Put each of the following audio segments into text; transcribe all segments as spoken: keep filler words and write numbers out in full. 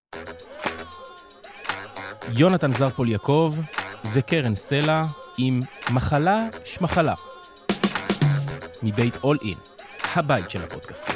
יונתן זרפול יעקב וקרן סלע עם מחלה שמחלה מבית אול אין, הבית של הפודקאסט.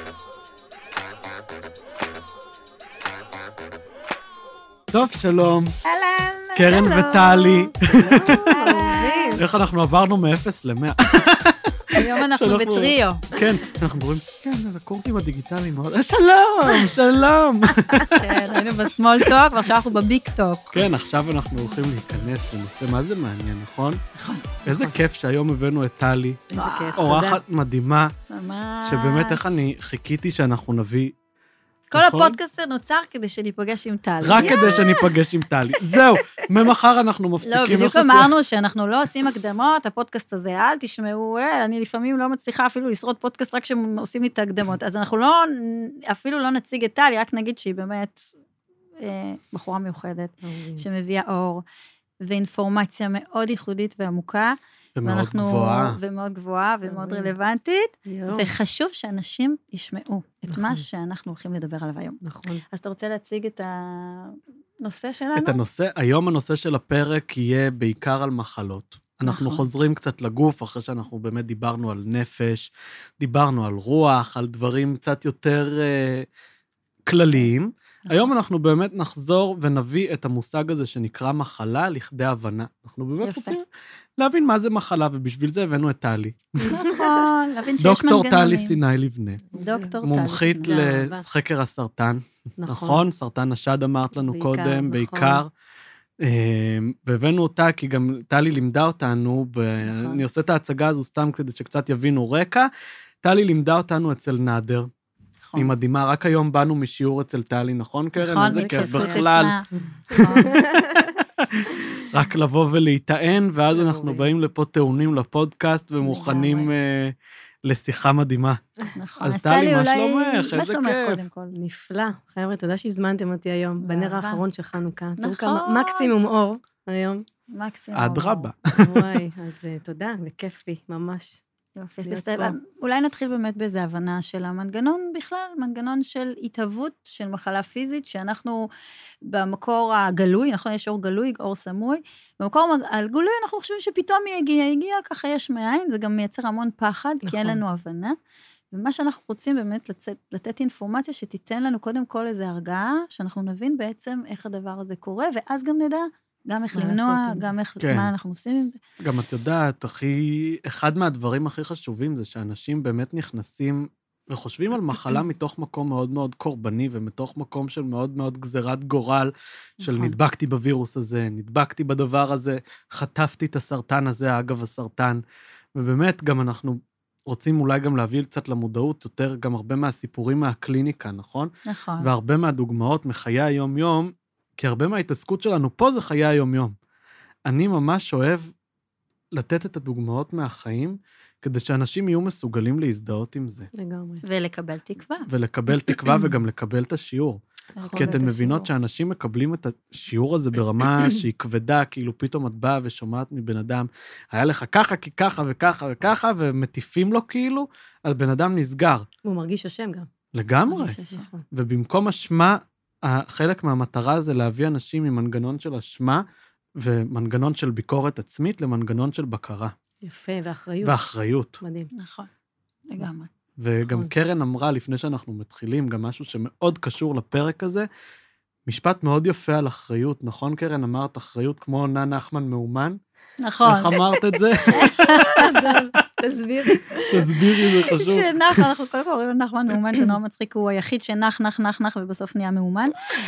טוב, שלום. אהלן. קרן וטלי. אהלן. איך אנחנו עברנו מ-אפס ל-מאה. היום אנחנו בטריו. כן, אנחנו מדברים, כן, זה הקורסים הדיגיטליים מאוד. שלום, שלום. כן, היינו בסמול טוק, ועכשיו אנחנו בביג טוק. כן, עכשיו אנחנו הולכים להיכנס לנושא, מה זה מעניין, נכון? נכון. איזה כיף שהיום הבאנו את טלי. איזה כיף, תודה. אורחת מדהימה, ממש. שבאמת איך אני חיכיתי שאנחנו נביא... כל הפודקאסט נוצר כדי שניפגש עם טלי. רק כדי שניפגש עם טלי. זהו, ממחר אנחנו מפסיקים. לא, בדיוק אמרנו שאנחנו לא עושים הקדמות, הפודקאסט הזה, אל תשמעו, אני לפעמים לא מצליחה אפילו לשרוד פודקאסט רק שעושים לי את ההקדמות. אז אנחנו לא, אפילו לא נציג את טלי, רק נגיד שהיא באמת בחורה מיוחדת, שמביאה אור, ואינפורמציה מאוד ייחודית ועמוקה, ומאוד גבוהה. ומאוד גבוהה ומאוד רלוונטית, וחשוב שאנשים ישמעו את מה שאנחנו הולכים לדבר עליו היום. נכון. אז אתה רוצה להציג את הנושא שלנו? את הנושא, היום הנושא של הפרק יהיה בעיקר על מחלות. אנחנו חוזרים קצת לגוף, אחרי שאנחנו באמת דיברנו על נפש, דיברנו על רוח, על דברים קצת יותר כלליים. היום אנחנו באמת נחזור ונביא את המושג הזה שנקרא מחלה לכדי הבנה. אנחנו באמת רוצים להבין מה זה מחלה, ובשביל זה הבאנו את טלי. נכון, להבין שיש מנגנונים. דוקטור טלי סיני לבנה. דוקטור טלי. מומחית לחקר הסרטן. נכון, סרטן השד אמרת לנו קודם, בעיקר. והבאנו אותה, כי גם טלי לימדה אותנו, אני עושה את ההצגה הזו סתם כדי שקצת יבינו רקע, טלי לימדה אותנו אצל נאדר. היא מדהימה, רק היום באנו משיעור אצל טלי, נכון קרן? נכון, איזה כיף בכלל. רק לבוא ולהיטען, ואז אנחנו באים לפה טעונים לפודקאסט, ומוכנים לשיחה מדהימה. נכון. אז טלי, מה שלומך? איזה כיף. מה שלומך קודם כל? נפלא. חבר'ה, תודה שהזמנתם אותי היום, בנר האחרון של חנוכה. נכון. מקסימום אור היום. מקסימום. אדרבה. וואי, אז תודה, וכיף לי, ממש. יופי, אולי נתחיל באמת באיזו הבנה של המנגנון בכלל, מנגנון של התהוות של מחלה פיזית, שאנחנו במקור הגלוי, נכון, יש אור גלוי, אור סמוי, במקור הגלוי אנחנו חושבים שפתאום היא הגיעה, הגיעה, ככה יש מאין, זה גם מייצר המון פחד, כי אין לנו הבנה, ומה שאנחנו רוצים באמת לצאת, לתת אינפורמציה שתיתן לנו קודם כל איזו הרגעה, שאנחנו נבין בעצם איך הדבר הזה קורה, ואז גם נדע, גם איך למנוע, גם איך, מה אנחנו עושים עם זה. גם את יודעת, הכי, אחד מהדברים הכי חשובים זה שאנשים באמת נכנסים וחושבים על מחלה מתוך מקום מאוד מאוד קורבני, ומתוך מקום של מאוד מאוד גזירת גורל, של נדבקתי בווירוס הזה, נדבקתי בדבר הזה, חטפתי את הסרטן הזה, אגב הסרטן, ובאמת גם אנחנו רוצים אולי גם להביא קצת למודעות, יותר גם הרבה מהסיפורים מהקליניקה, נכון? נכון. והרבה מהדוגמאות מחיי היום-יום, כי הרבה מההתעסקות שלנו פה זה חיי היום-יום. אני ממש אוהב לתת את הדוגמאות מהחיים, כדי שאנשים יהיו מסוגלים להזדהות עם זה. לגמרי. ולקבל תקווה. ולקבל תקווה וגם לקבל את השיעור. כי אתן מבינות שאנשים מקבלים את השיעור הזה ברמה שהיא כבדה, כאילו פתאום את באה ושומעת מבן אדם, היה לך ככה, כי ככה וככה וככה, ומטיפים לו כאילו, אז בן אדם נסגר. הוא מרגיש השם גם. לגמרי. ובמקום אשמה, חלק מהמטרה זה להביא אנשים ממנגנון של אשמה, ומנגנון של ביקורת עצמית, למנגנון של בקרה. יפה, ואחריות. ואחריות. מדהים. נכון, לגמרי. וגם קרן אמרה, לפני שאנחנו מתחילים, גם משהו שמאוד קשור לפרק הזה, משפט מאוד יפה על אחריות, נכון קרן? אמרת אחריות כמו נא נחמן מאומן? נכון. איך אמרת את זה? תסביר. תסבירי, זה חשוב. שנח, אנחנו קודם כל רואים נחמן מאומן, זה נורא מצחיק, הוא היחיד שנח, נח, נח, נח, ובסוף נהיה מאומן.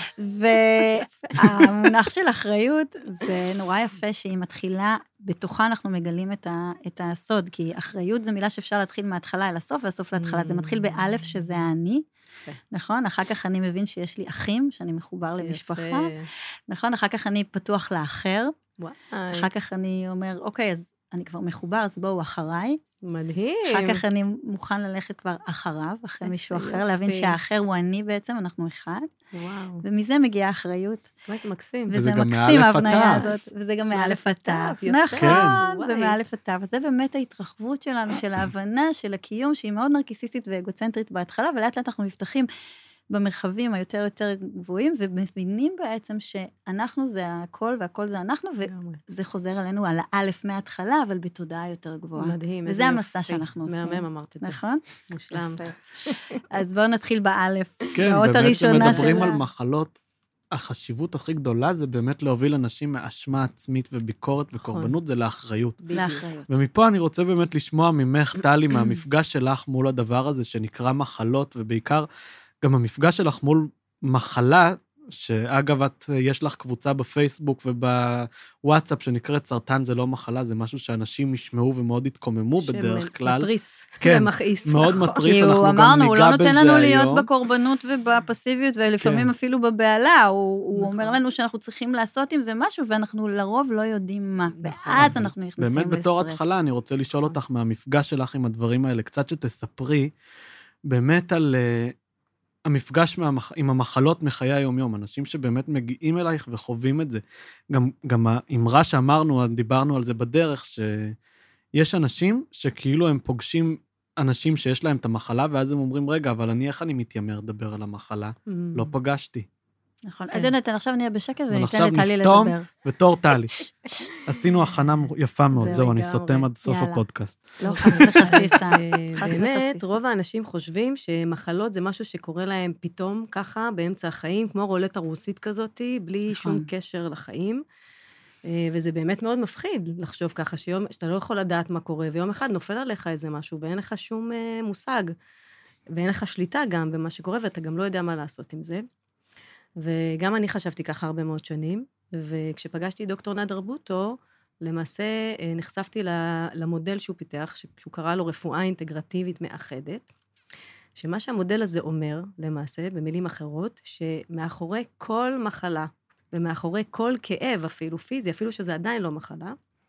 והמונח של אחריות, זה נורא יפה שהיא מתחילה, בתוכה אנחנו מגלים את הסוד, כי אחריות זה מילה שאפשר להתחיל מההתחלה אל הסוף, והסוף להתחלה. זה מתחיל באלף שזה אני, נכון? אחר כך אני מבין שיש לי אחים, שאני מחובר למשפחה. נכון? אחר כך אני פתוח לאחר. אחר כך אני אומר, אוקיי, אז אני כבר מחובר, אז בואו אחריי. מדהים. אחר כך אני מוכן ללכת כבר אחריו, אחרי מישהו אחר, להבין שהאחר הוא אני בעצם, אנחנו אחד. וואו. ומזה מגיעה האחריות. זה מקסים. וזה מקסים ההבניה הזאת, וזה גם מאלף עטף. נכון, זה מאלף עטף. אז זה באמת ההתרחבות שלנו, של ההבנה של הקיום, שהיא מאוד נרקיסיסטית ואגוצנטרית בהתחלה, ולאט לאט אנחנו נפתחים במרחבים היותר יותר גבוהים, ומבינים בעצם שאנחנו זה הכל, והכל זה אנחנו, וזה חוזר עלינו על האלף מההתחלה, אבל בתודעה יותר גבוהה. מדהים. וזה המסע שאנחנו עושים. מהמם אמרת את זה. נכון? מושלם. אז בואו נתחיל באלף. כן, באות באמת הראשונה מדברים שלה. על מחלות. החשיבות הכי גדולה זה באמת להוביל אנשים מאשמה עצמית וביקורת וקורבנות, זה לאחריות. לאחריות. ומפה אני רוצה באמת לשמוע ממך, טלי, מהמפגש שלך מול הדבר הזה שנקרא מחלות, ובעיקר גם המפגש שלך מול מחלה, שאגב, את, יש לך קבוצה בפייסבוק ובוואטסאפ שנקראת סרטן זה לא מחלה, זה משהו שאנשים ישמעו ומאוד התקוממו בדרך כלל. שמטריס כן, ומכעיס. מאוד מטריס, כי אנחנו הוא גם אמרנו, ניגע הוא לא נותן לנו בזה להיות היום. בקורבנות ובפסיביות, ולפעמים כן. אפילו בבעלה, הוא, הוא נכון. אומר לנו שאנחנו צריכים לעשות עם זה משהו, ואנחנו לרוב לא יודעים מה, ואז אנחנו נכנסים באמת לסטרס. בתור התחלה, אני רוצה לשאול נכון. אותך מהמפגש שלך עם הדברים האלה, קצת שתספרי באמת על uh, המפגש מהמח... עם המחלות מחיי היום-יום, אנשים שבאמת מגיעים אלייך וחווים את זה. גם, גם האמרה שאמרנו, דיברנו על זה בדרך, שיש אנשים שכאילו הם פוגשים אנשים שיש להם את המחלה, ואז הם אומרים, רגע, אבל אני איך אני מתיימר לדבר על המחלה? לא פגשתי. נכון. אז יונתן, עכשיו נהיה בשקט וניתן עכשיו לטלי נסתום, לדבר. ותור טלי. עשינו הכנה יפה מאוד, זהו, זהו, אני לגמרי. סותם עד סוף יאללה. הפודקאסט. לא, חס וחסיסה. אז, אה, חס באמת, וחסיסה. רוב האנשים חושבים שמחלות זה משהו שקורה להם פתאום ככה, באמצע החיים, כמו רולטה רוסית כזאת, בלי נכון. שום קשר לחיים. אה, וזה באמת מאוד מפחיד לחשוב ככה, שיום, שאתה לא יכול לדעת מה קורה, ויום אחד נופל עליך איזה משהו, ואין לך שום אה, מושג, ואין לך שליטה גם במה שקורה, ואתה גם לא יודע מה לעשות עם זה. וגם אני חשבתי ככה הרבה מאוד שנים, וכשפגשתי את דוקטור נדר בוטו, למעשה נחשפתי למודל שהוא פיתח, שהוא קרא לו רפואה אינטגרטיבית מאחדת, שמה שהמודל הזה אומר, למעשה, במילים אחרות, שמאחורי כל מחלה, ומאחורי כל כאב, אפילו פיזי, אפילו שזה עדיין לא מחלה,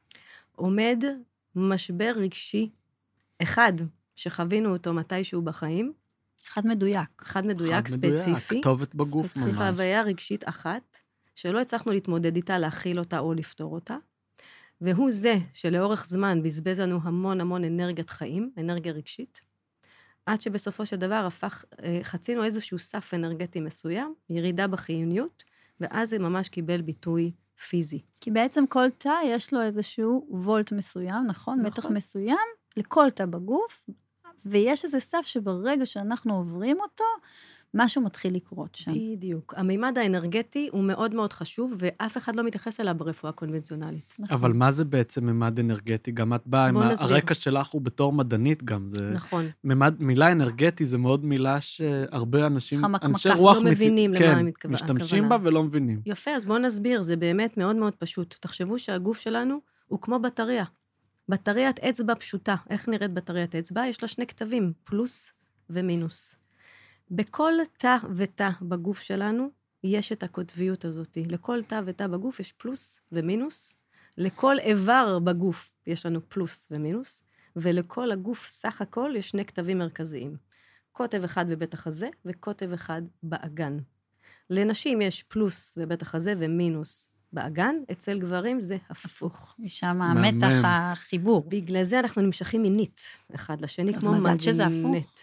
עומד משבר רגשי אחד, שחווינו אותו מתישהו בחיים, אחד מדויק. אחד מדויק, אחד ספציפי. מדויק, כתובת בגוף ממש. חוויה רגשית אחת, שלא הצלחנו להתמודד איתה, להכיל אותה או לפתור אותה, והוא זה שלאורך זמן בזבז לנו המון המון אנרגיית חיים, אנרגיה רגשית, עד שבסופו של דבר הפך, חצינו איזשהו סף אנרגטי מסוים, ירידה בחיוניות, ואז זה ממש קיבל ביטוי פיזי. כי בעצם כל תא יש לו איזשהו וולט מסוים, נכון? נכון. מתח מסוים, לכל תא בגוף, ויש איזה סף שברגע שאנחנו עוברים אותו, משהו מתחיל לקרות שם. בדיוק. המימד האנרגטי הוא מאוד מאוד חשוב, ואף אחד לא מתייחס אליו ברפואה קונבנציונלית. אבל מה זה בעצם ממד אנרגטי? גם את באה עם הרקע שלך הוא בתור מדענית גם. זה נכון. ממד, מילה אנרגטי זה מאוד מילה שהרבה אנשים, חמקמקה, אנשי רוח לא מת- מבינים למה כן, הם מתכוון- משתמשים בה הכוונה. ולא מבינים. יפה, אז בואו נסביר, זה באמת מאוד מאוד פשוט. תחשבו שהגוף שלנו הוא כמו בטריה. בטריית אצבע פשוטה. איך נראית בטריית אצבע? יש לה שני כתבים, פלוס ומינוס. בכל תא ותא בגוף שלנו יש את הקוטביות הזאת. לכל תא ותא בגוף יש פלוס ומינוס. לכל איבר בגוף יש לנו פלוס ומינוס. ולכל הגוף סך הכל יש שני כתבים מרכזיים. קוטב אחד בבית החזה וקוטב אחד באגן. לנשים יש פלוס בבית החזה ומינוס באגן, אצל גברים זה הפוך. משם המתח, החיבור. בגלל זה אנחנו נמשכים מינית אחד לשני, אז כמו מזל שזה הפוך. מגנט.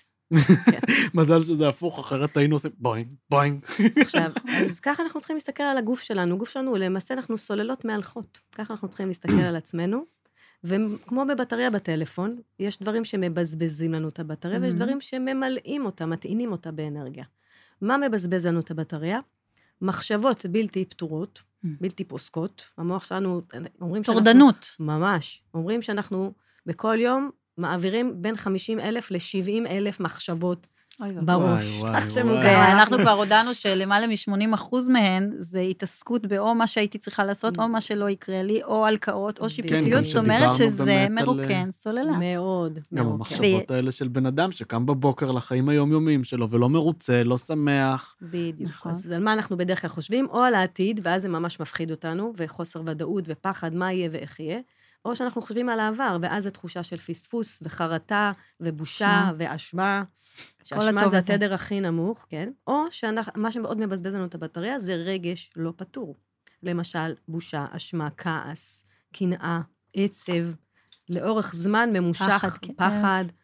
מזל שזה הפוך, אחרת היינו עושים בוינג, בוינג. עכשיו, אז ככה אנחנו צריכים להסתכל על הגוף שלנו. הגוף שלנו, למעשה אנחנו סוללות מהלכות. ככה אנחנו צריכים להסתכל על עצמנו. וכמו בבטריה בטלפון, יש דברים שמבזבזים לנו את הבטריה, ויש דברים שממלאים אותה, מטעינים אותה באנרגיה. מה מבזבז לנו את הבטריה? מחשבות בלתי פתורות, בלתי פוסקות. המוח שלנו, אומרים שאנחנו... טורדנות. ממש. אומרים שאנחנו בכל יום מעבירים בין חמישים אלף ל-שבעים אלף מחשבות בראש. וואי, וואי, תחשבו וואי. כמה. ואנחנו כבר הודענו שלמעלה מ-שמונים אחוז מהן, זה התעסקות באו מה שהייתי צריכה לעשות, או מה שלא יקרה לי, או הלקאות, או שיפוטיות, זאת אומרת שזה באמת על- מרוקן, סוללה. מאוד, גם מאוד. המחשבות האלה של בן אדם שקם בבוקר לחיים היומיומיים שלו, ולא מרוצה, לא שמח. בדיוק. נכון. אז על מה אנחנו בדרך כלל חושבים? או על העתיד, ואז זה ממש מפחיד אותנו, וחוסר ודאות ופחד, מה יהיה ואיך יהיה, או שאנחנו חושבים על העבר, ואז זו תחושה של פספוס וחרטה ובושה ואשמה. שאשמה הטוב זה הזה. התדר הכי נמוך, כן? או שמה שמאוד מבזבז לנו את הבטריה זה רגש לא פתור. למשל, בושה, אשמה, כעס, קנאה, עצב, לאורך זמן ממושך, פחד, כאב. פחד.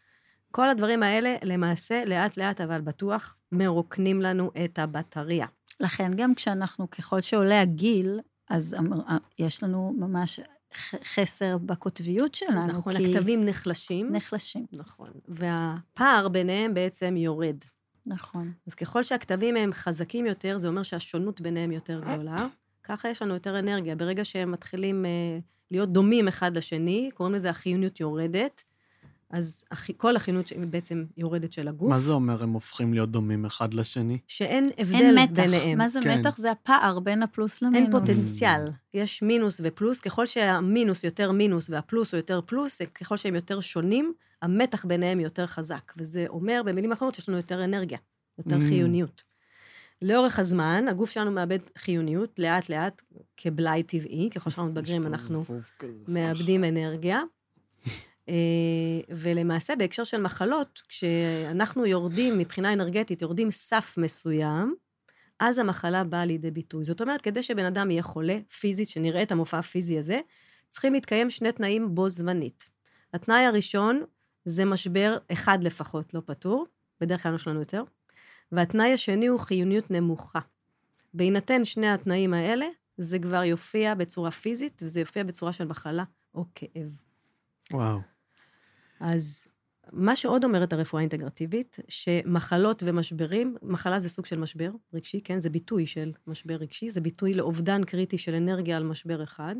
כל הדברים האלה, למעשה, לאט לאט, אבל בטוח, מרוקנים לנו את הבטריה. לכן, גם כשאנחנו, ככל שעולה הגיל, אז יש לנו ממש חסר בקוטביות שלנו. נכון, הכתבים נחלשים. נחלשים. נכון. והפער ביניהם בעצם יורד. נכון. אז ככל שהכתבים הם חזקים יותר, זה אומר שהשונות ביניהם יותר גדולה. ככה יש לנו יותר אנרגיה. ברגע שהם מתחילים להיות דומים אחד לשני, קוראים לזה החיוניות יורדת, אז כל החיוניות בעצם יורדת של הגוף. מה זה אומר, הם הופכים להיות דומים אחד לשני? שאין הבדל אין מתח. ביניהם. מה זה כן. מתח? זה הפער בין הפלוס למינוס. אין פוטנציאל. יש מינוס ופלוס. ככל שהמינוס יותר מינוס והפלוס הוא יותר פלוס, ככל שהם יותר שונים, המתח ביניהם יותר חזק. וזה אומר, במילים אחרות, יש לנו יותר אנרגיה, יותר Mm. חיוניות. לאורך הזמן, הגוף שלנו מאבד חיוניות, לאט לאט, כבלאי טבעי, ככל שאנחנו מתבגרים, אנחנו מאבדים אנרגיה. ולמעשה, בהקשר של מחלות, כשאנחנו יורדים מבחינה אנרגטית, יורדים סף מסוים, אז המחלה באה לידי ביטוי. זאת אומרת, כדי שבן אדם יהיה חולה פיזית, שנראה את המופע הפיזי הזה, צריכים להתקיים שני תנאים בו זמנית. התנאי הראשון, זה משבר אחד לפחות, לא פתור, בדרך כלל יש לנו יותר, והתנאי השני הוא חיוניות נמוכה. בהינתן שני התנאים האלה, זה כבר יופיע בצורה פיזית, וזה יופיע בצורה של מחלה או כאב. וואו. אז מה שעוד אומרת הרפואה האינטגרטיבית, שמחלות ומשברים, מחלה זה סוג של משבר רגשי, כן? זה ביטוי של משבר רגשי, זה ביטוי לאובדן קריטי של אנרגיה על משבר אחד.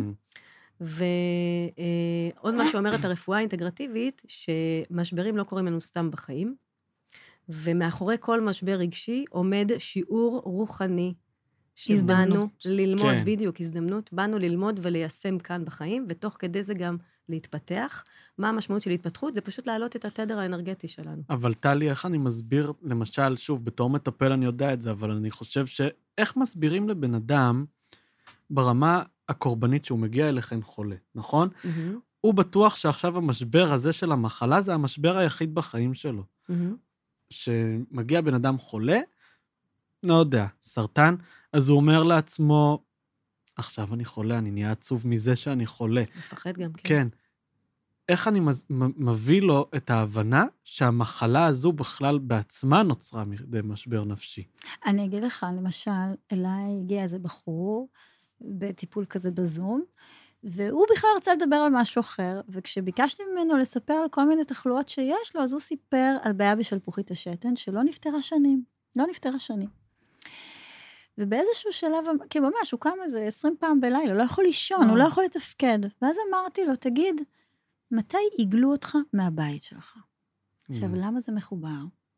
ועוד מה שאומרת הרפואה האינטגרטיבית, שמשברים לא קורים לנו סתם בחיים, ומאחורי כל משבר רגשי עומד שיעור רוחני, שבאנו ללמוד, כן. בדיוק, הזדמנות, באנו ללמוד וליישם כאן בחיים, ותוך כדי זה גם להתפתח. מה המשמעות של התפתחות? זה פשוט להעלות את התדר האנרגטי שלנו. אבל טלי, איך אני מסביר, למשל, שוב, בתור מטפל אני יודע את זה, אבל אני חושב שאיך מסבירים לבן אדם ברמה הקורבנית שהוא מגיע אליכם חולה, נכון? Mm-hmm. הוא בטוח שעכשיו המשבר הזה של המחלה זה המשבר היחיד בחיים שלו. Mm-hmm. שמגיע בן אדם חולה, לא יודע, סרטן, אז הוא אומר לעצמו, עכשיו אני חולה, אני נהיה עצוב מזה שאני חולה. מפחד גם, כן. כן. איך אני מביא לו את ההבנה שהמחלה הזו בכלל בעצמה נוצרה מדי משבר נפשי? אני אגיד לך, למשל, אליי הגיע איזה בחור, בטיפול כזה בזום, והוא בכלל רצה לדבר על משהו אחר, וכשביקשתי ממנו לספר על כל מיני תחלואות שיש לו, אז הוא סיפר על בעיה בשלפוחית השתן, שלא נפטרה שנים. לא נפטרה שנים. ובאיזשהו שלב, כי ממש, הוא קם איזה עשרים פעם בלילה, לא יכול לישון, הוא לא יכול לתפקד. ואז אמרתי לו, תגיד, מתי עיגלו אותך מהבית שלך? עכשיו, למה זה מחובר?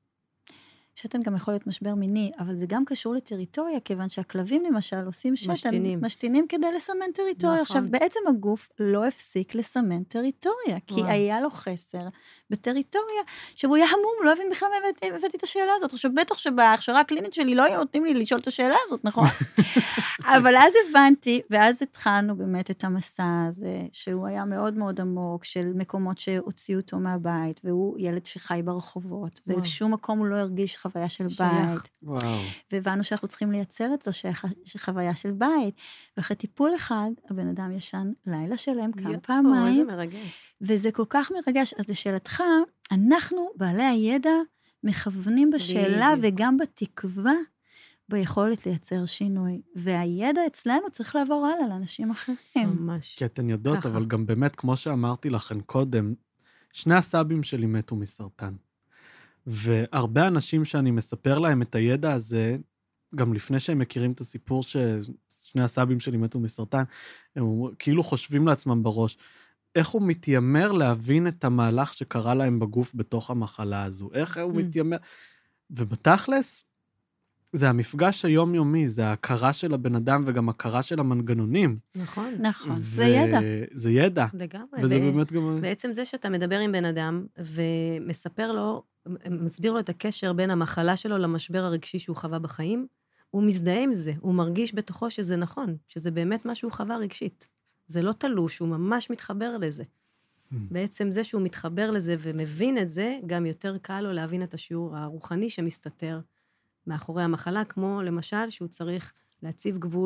שתן גם יכול להיות משבר מיני, אבל זה גם קשור לטריטוריה, כיוון שהכלבים למשל עושים שתן, משתינים. משתינים כדי לסמן טריטוריה. נכון. עכשיו, בעצם הגוף לא הפסיק לסמן טריטוריה, כי וואו. היה לו חסר בטריטוריה, שהוא היה המום, לא הבין בכלל מה הבאתי את השאלה הזאת. עכשיו, בטח שבהכשרה הקלינית שלי לא היו נותנים לי לשאול את השאלה הזאת, נכון? אבל אז הבנתי, ואז התחלנו באמת את המסע הזה, שהוא היה מאוד מאוד עמוק, של מקומות שהוציאו אותו מהבית, והוא ילד שחי ברחובות, וואו. ובשום מקום הוא לא הרגיש חוויה של שייך. בית. וואו. והבנו שאנחנו צריכים לייצר את זו חוויה של בית. ואחרי טיפול אחד, הבן אדם ישן לילה שלם כמה יו, פעמיים. איזה מרגש. וזה כל כך מרגש. אז לשאלתך, אנחנו, בעלי הידע, מכוונים בשאלה בדיוק. וגם בתקווה, ביכולת לייצר שינוי. והידע אצלנו צריך לעבור הלאה לאנשים אחרים. ממש. כי אתן יודעות, ככה. אבל גם באמת, כמו שאמרתי לכם קודם, שני הסבים שלי מתו מסרטן. והרבה אנשים שאני מספר להם את הידע הזה, גם לפני שהם מכירים את הסיפור ששני הסבים שלי מתו מסרטן, הם כאילו חושבים לעצמם בראש, איך הוא מתיימר להבין את המהלך שקרה להם בגוף בתוך המחלה הזו, איך הוא מתיימר, ובתכלס, זה המפגש היומיומי, זה ההכרה של הבן אדם וגם הכרה של המנגנונים. נכון. נכון, זה ידע. זה ידע. לגמרי. וזה ו- באמת גם... בעצם זה שאתה מדבר עם בן אדם, ומספר לו, מסביר לו את הקשר בין המחלה שלו למשבר הרגשי שהוא חווה בחיים, הוא מזדהה עם זה, הוא מרגיש בתוכו שזה נכון, שזה באמת מה שהוא חווה רגשית. זה לא תלוש, הוא ממש מתחבר לזה. בעצם זה שהוא מתחבר לזה ומבין את זה, גם יותר קל לו להבין את השיעור הרוחני שמסתתר מאחורי המחלה, כמו למשל שהוא צריך להציב גבול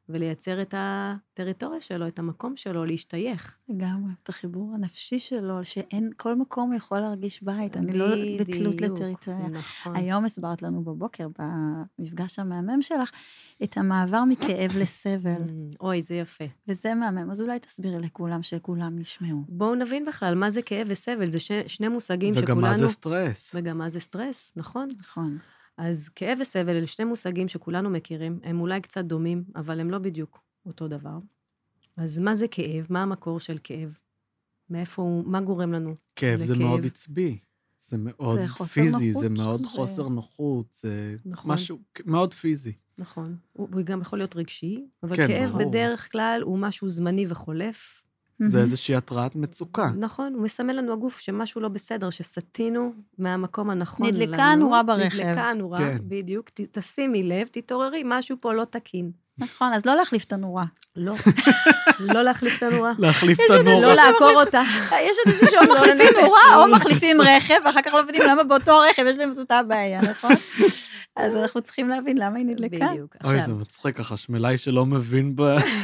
ולייצר את הטריטוריה שלו, את המקום שלו, להשתייך. לגמרי, את החיבור הנפשי שלו, שאין, כל מקום יכול להרגיש בית, אני לא בתלות לטריטוריה. נכון. היום הסברת לנו בבוקר, במפגש המהמם שלך, את המעבר מכאב לסבל. אוי, זה יפה. וזה מהמם, אז אולי תסבירי לכולם, שכולם ישמעו. בואו נבין בכלל, מה זה כאב וסבל? זה שני מושגים שכולנו... וגם מה זה סטרס. וגם מה זה סטרס, נכון? נכון. אז כאב וסבל, אלה שני מושגים שכולנו מכירים, הם אולי קצת דומים, אבל הם לא בדיוק אותו דבר. אז מה זה כאב? מה המקור של כאב? מאיפה הוא, מה גורם לנו? כאב זה לכאב? מאוד עצבי, זה מאוד זה חוסר פיזי, נוחות, זה מאוד זה- חוסר נוחות, זה נכון. משהו מאוד פיזי. נכון. הוא, הוא גם יכול להיות רגשי, אבל כן, כאב ברור. בדרך כלל הוא משהו זמני וחולף. זה איזושהי התראת מצוקה. נכון, הוא מסמל לנו הגוף שמשהו לא בסדר, שסטינו מהמקום הנכון לנו. נדלקה הנורה ברכב. נדלקה הנורה, כן. בדיוק. ת, תשימי לב, תתעוררי, משהו פה לא תקין. נכון, אז לא להחליף את הנורה. לא. לא להחליף את הנורה. להחליף את יש עוד הנורה. לא לעקור אותה. יש אנשים שאו לא מחליפים לנפץ, נורה, לא או לנפץ. מחליפים רכב, ואחר כך לא מבינים למה באותו רכב יש להם את אותה הבעיה, נכון? אז אנחנו צריכים להבין למה היא נדלקה. בדיוק. אוי, זה עכשיו, מצחיק, החשמלאי שלא מבין ב...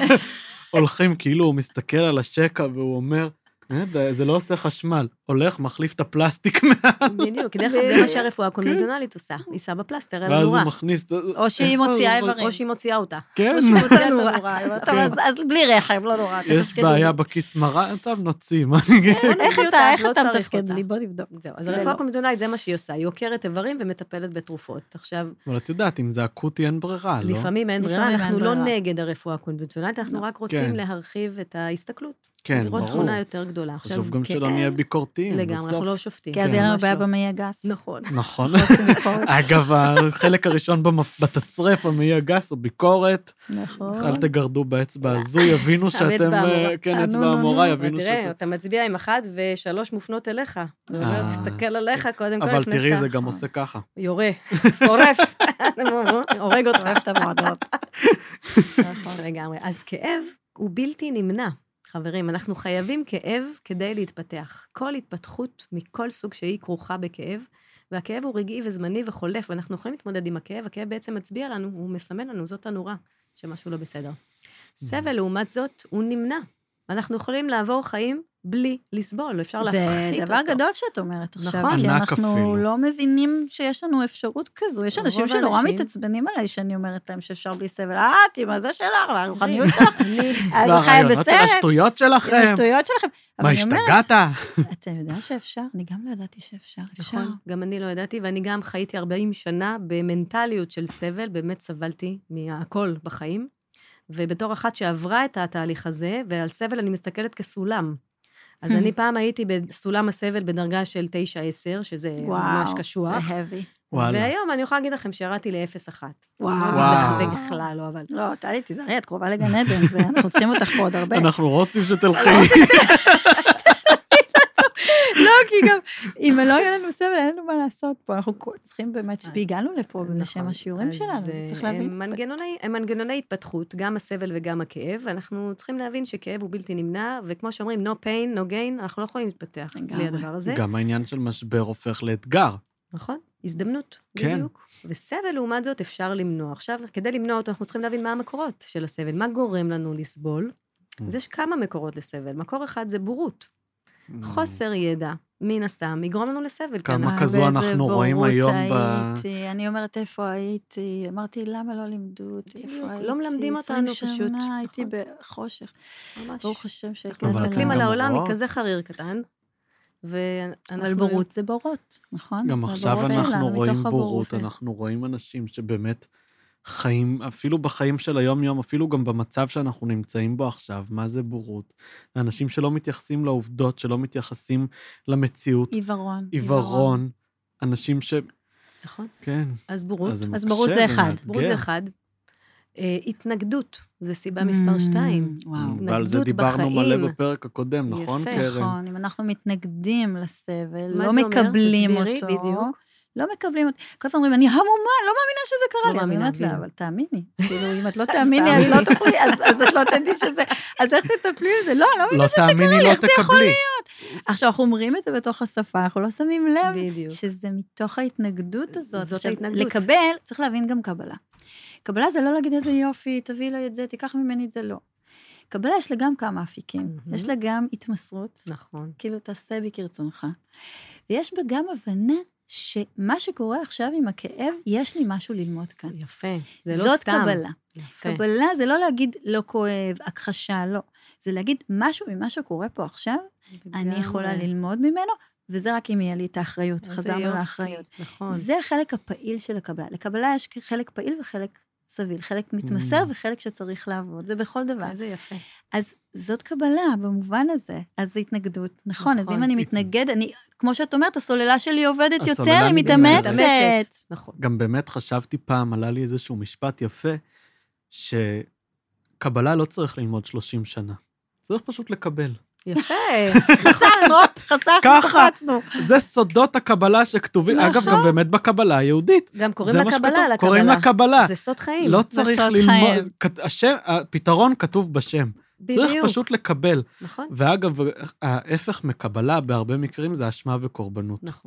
הולכים, כאילו הוא מסתכל על השקע והוא אומר, "אה, זה לא עושה חשמל, הולך, מחליף את הפלסטיק מה... בדיוק, דרך אגב, זה מה שהרפואה הקונבנציונלית עושה. היא שמה פלסטר על ואז הנורה. הוא מכניס... את- או שהיא איפה מוציאה הוא- איברים. או שהיא מוציאה אותה. כן, או שהיא מוציאה את הנורה. טוב, אז- אז בלי רכב, לא נורא. יש תתפקדו. בעיה בכיס מרה, טוב, נוציא, מה אני אגיד? איך נוציא אתה, אותה, איך לא אתה צריך מתפקד אותה. לי? בוא נבדוק. זהו, אז לא. הרפואה הקונבנציונלית זה מה שהיא עושה, היא עוקרת איברים ומטפלת בתרופות. עכשיו, אבל את יודעת, אם זה אקוטי, אין ברירה, לא? לפעמים אין ברירה, לפעמים אנחנו אין לא ברירה. נגד הרפואה הקונבנציונלית, אנחנו רק רוצים כן. להרחיב את ההסתכלות. כן, לראות ברור. תמונה יותר גדולה. עכשיו, חשוב גם כאב, שלא נהיה ביקורתיים. לגמרי, אנחנו בסוף. לא שופטים. כי אז כן, יהיה לנו ממש בעיה לא. במעי הגס. נכון. נכון. רוצים ביקורת. אגב, החלק הראשון במפ- בתצרף, המעי הגס, הוא ביקורת. נכון. אל תגרדו באצבע הזו, יבינו שאתם... האצבע המורה. אה, כן, אה, נו, אצבע נו, המורה, נו. יבינו תראה, שאתם... אתה מצביע עם אחת ושלוש מופנות אליך. זה אומר, אה. תסתכל עליך קודם כל אבל לפני תראי, שאתה זה גם עושה ככה. יורה, שורף, הורג אותך. אוהב את המועדות. נכון. לגמרי. אז כאב הוא בלתי נמנע. חברים, אנחנו חייבים כאב כדי להתפתח. כל התפתחות מכל סוג שהיא כרוכה בכאב, והכאב הוא רגעי וזמני וחולף, ואנחנו יכולים להתמודד עם הכאב, הכאב בעצם מצביע לנו, הוא מסמן לנו, זאת הנורה, שמשהו לא בסדר. סבל, לעומת זאת, הוא נמנע. אנחנו יכולים לעבור חיים בלי לסבול, אפשר זה להפחית אותו. דבר גדול שאת אומרת עכשיו, נכון. כי ענק אפילו. אנחנו לא מבינים שיש לנו אפשרות כזו. יש אנשים רוב שנורא האנשים- מתעצבנים עליי, שאני אומרת להם שאפשר בלי סבל. אה, תימא, זה שלך, והרוחניות שלך, אני, אז חיה והרעיונות של בסרט, השטויות שלכם. השטויות שלכם. אבל מה, אני אומרת, השתגעת? אתה יודע שאפשר? אני גם לא ידעתי שאפשר. אפשר. נכון, גם אני לא ידעתי, ואני גם חייתי ארבעים שנה במנטליות של סבל, באמת סבלתי מהכל בחיים, ובתור אחת שעברה את התהליך הזה, ועל סבל אני מסתכלת כסולם. אז אני פעם הייתי בסולם הסבל בדרגה של תשע עשר, שזה ממש קשוח. וואו, זה heavy. וואלה. והיום אני יכולה להגיד לכם שירדתי ל-אפס אחת. וואו. וואו. בכלל לא, אבל... לא, טלי, תיזהרי, את קרובה לגן עדן, זה- אנחנו צריכים אותך פה עוד הרבה. אנחנו רוצים שתלכי. לא, כי גם, אם לא יהיה לנו סבל, אין לנו מה לעשות פה. אנחנו צריכים באמת, והגענו לפה לשם נכון. השיעורים אז, שלנו, אה, צריך להבין. הם מנגנוני, הם מנגנוני התפתחות, גם הסבל וגם הכאב, ואנחנו צריכים להבין שכאב הוא בלתי נמנע, וכמו שאומרים, no pain, no gain, אנחנו לא יכולים להתפתח בלי לגמרי. הדבר הזה. גם העניין של משבר הופך לאתגר. נכון? הזדמנות, כן. בדיוק. וסבל, לעומת זאת, אפשר למנוע. עכשיו, כדי למנוע אותו, אנחנו צריכים להבין מה המקורות של הסבל, מה גורם לנו לסבול. אז יש כמה מקורות לסבל. מקור אחד זה בורות. חוסר ידע, מן הסתם, יגרום לנו לסבל. כי כמה אנחנו- כזו באיזה אנחנו רואים בורות היום ב... הייתי, אני אומרת, איפה הייתי? אמרתי, למה לא לימדו אותי? איפה בדיוק, הייתי? לא מלמדים עשרים אותנו פשוט. שנה הייתי נכון. בחושך. ממש. ברוך השם שהכנסת אבל אנחנו מסתכלים גם על העולם בורות. מכזה חריר קטן, ואנחנו... אבל בורות זה בורות, נכון? גם עכשיו הבורות אנחנו שלנו, רואים מתוך בורות, הבורות. אנחנו רואים אנשים שבאמת חיים, אפילו בחיים של היום-יום, אפילו גם במצב שאנחנו נמצאים בו עכשיו, מה זה בורות? אנשים שלא מתייחסים לעובדות, שלא מתייחסים למציאות, עיוורון. עיוורון, אנשים ש... נכון. כן. אז בורות. זה אז מקשה, בורות זה אחד. מאתגר. בורות זה אחד. אה, התנגדות, זה סיבה מספר שתיים. וואו. ועל זה התנגדות דיברנו בחיים. מלא בפרק הקודם, נכון, יפה, קרן? נכון, אם אנחנו מתנגדים לסבל, מה לא זה אומר? מקבלים תסבירי, אותו, בדיוק. לא מקבלים אותו, כל פעם אומרים, אני המומה, לא מאמינה שזה קרה לא לי, אז אני מאמינה, אומרת לה, בדיוק. אבל תאמיני, כאילו, אם את לא תאמיני, אז לא תוכלי, אז אז את לא תדעי שזה, אז איך תטפלי בזה? לא, לא מאמינה לא שזה קרה תאמיני, לי, לא איך זה יכול תקבלי. להיות? עכשיו, אנחנו אומרים את זה בתוך השפה, אנחנו לא שמים לב בדיוק. שזה מתוך ההתנגדות הזאת. זאת עכשיו, ההתנגדות. לקבל, צריך להבין גם קבלה. קבלה זה לא להגיד איזה יופי, תביא לי את זה, תיקח ממני את זה, לא. קבלה יש לה גם כמה אפיקים. מהמם. יש לה גם התמסרות, נכון. כאילו תעשה בי כרצונך. ויש בה גם הבנה שמה שקורה עכשיו עם הכאב, יש לי משהו ללמוד כאן. יפה. זה לא זאת סתם. קבלה. יפה. קבלה זה לא להגיד לא כואב, הכחשה, לא. זה להגיד משהו ממה שקורה פה עכשיו, אני יכולה ללמוד ממנו, וזה רק אם יהיה לי את האחריות. איזה חזרנו יופי, לאחריות. נכון. זה החלק הפעיל של הקבלה. לקבלה יש חלק פעיל וחלק סביל, חלק מתמסר וחלק שצריך לעבוד. זה בכל דבר. איזה יפה. אז זאת קבלה במובן הזה. אז זו התנגדות. נכון, אז נכון. אם אני מתנגד, אני, כמו שאת אומרת, הסוללה שלי עובדת יותר, הסוללה היא מתאמצת. מתאמצת. נכון. גם באמת חשבתי פעם, עלה לי איזשהו משפט יפה, שקבלה לא צריך ללמוד שלושים שנה. צריך פשוט לקבל. יפה. חסכנו, חסכנו, ככה. קפצנו. זה סודות הקבלה שכתובים, נכון. אגב, גם באמת בקבלה היהודית. גם קוראים זה לה מה קבלה, שכתוב, לקבלה. קוראים לה קבלה. זה סוד חיים. לא צריך סוד ללמוד, חיים. כת- השם, הפתרון כתוב בשם. צריך בדיוק. פשוט לקבל. נכון. ואגב, ההפך מקבלה בהרבה מקרים זה אשמה וקורבנות. נכון.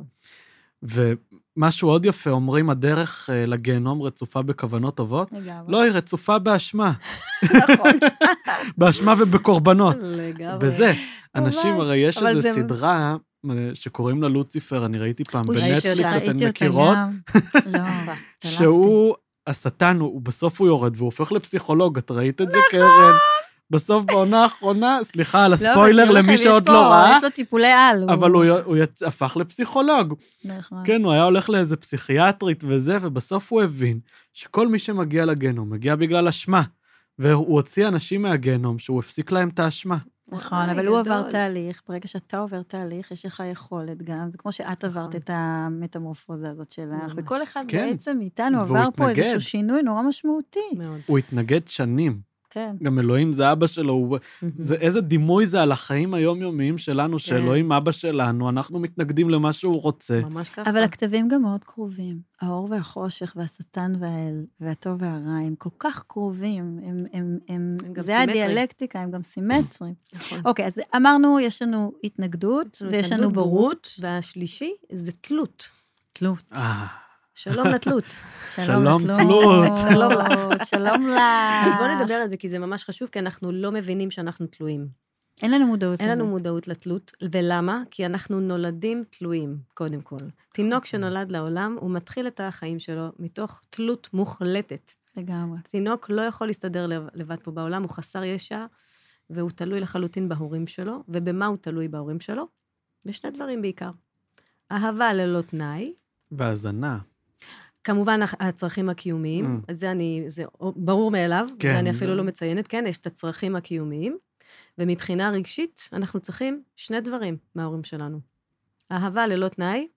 ומשהו עוד יפה, אומרים, הדרך אה, לגיהנום רצופה בכוונות טובות. לגמרי. לא, היא רצופה באשמה. נכון. באשמה ובקורבנות. לגמרי. בזה, אנשים, ממש. הרי יש אבל איזו זה- סדרה אה, שקוראים לה לוציפר, אני ראיתי פעם אוי, בנטפליקס, ראיתי אתן אותה מכירות, גם. לא, התעלפתי. שהוא, השטן, הוא בסוף הוא יורד, והוא הופך לפסיכולוג, את ראית את זה, קרן? בסוף בעונה האחרונה, סליחה על לא, הספוילר אבל תראו למי לכם, שעוד יש פה- לא ראה, יש לו טיפולי על. אבל הוא הוא יצ- הפך לפסיכולוג. נכון. כן, הוא היה הולך לאיזה פסיכיאטרית וזה, ובסוף הוא הבין שכל מי שמגיע לגנום מגיע בגלל אשמה, והוא הוציא אנשים מהגנום שהוא הפסיק להם את האשמה. נכון, וואי, אבל הוא גדול. עבר תהליך, ברגע שאתה עובר תהליך, יש לך יכולת גם, זה כמו שאת עברת נכון. את המטמורפוזה הזאת שלך, ממש. וכל אחד כן. בעצם מאיתנו והוא עבר פה התנגד. איזשהו שינוי נורא משמעותי. מאוד. הוא התנגד שנים. כן. גם אלוהים זה אבא שלו, הוא... זה, איזה דימוי זה על החיים היומיומיים שלנו, שאלוהים אבא שלנו, אנחנו מתנגדים למה שהוא רוצה. ממש ככה. אבל הכתבים גם מאוד קרובים. האור והחושך והשטן והאל והטוב והרע, הם כל כך קרובים, הם, הם, הם, הם גם זה סימטריים. הדיאלקטיקה, הם גם סימטריים. נכון. אוקיי, אז אמרנו, יש לנו התנגדות, ויש לנו בורות. והשלישי זה תלות. תלות. אה, שלום לתלות. שלום, לתלות. תלות. שלום לה. שלום לה. אז בואו נדבר על זה, כי זה ממש חשוב, כי אנחנו לא מבינים שאנחנו תלויים. אין לנו מודעות אין לזה. לנו מודעות לתלות, ולמה? כי אנחנו נולדים תלויים, קודם כל. תינוק שנולד לעולם, הוא מתחיל את החיים שלו מתוך תלות מוחלטת. לגמרי. תינוק לא יכול להסתדר לב- לבד פה בעולם, הוא חסר ישע, והוא תלוי לחלוטין בהורים שלו, ובמה הוא תלוי בהורים שלו? בשני דברים בעיקר. אהבה ללא תנאי, והזנה. כמובן הצרכים הקיומיים, Mm. זה אני, זה ברור מאליו, כן. זה אני אפילו לא מציינת, כן, יש את הצרכים הקיומיים, ומבחינה רגשית, אנחנו צריכים שני דברים מההורים שלנו. אהבה ללא תנאי,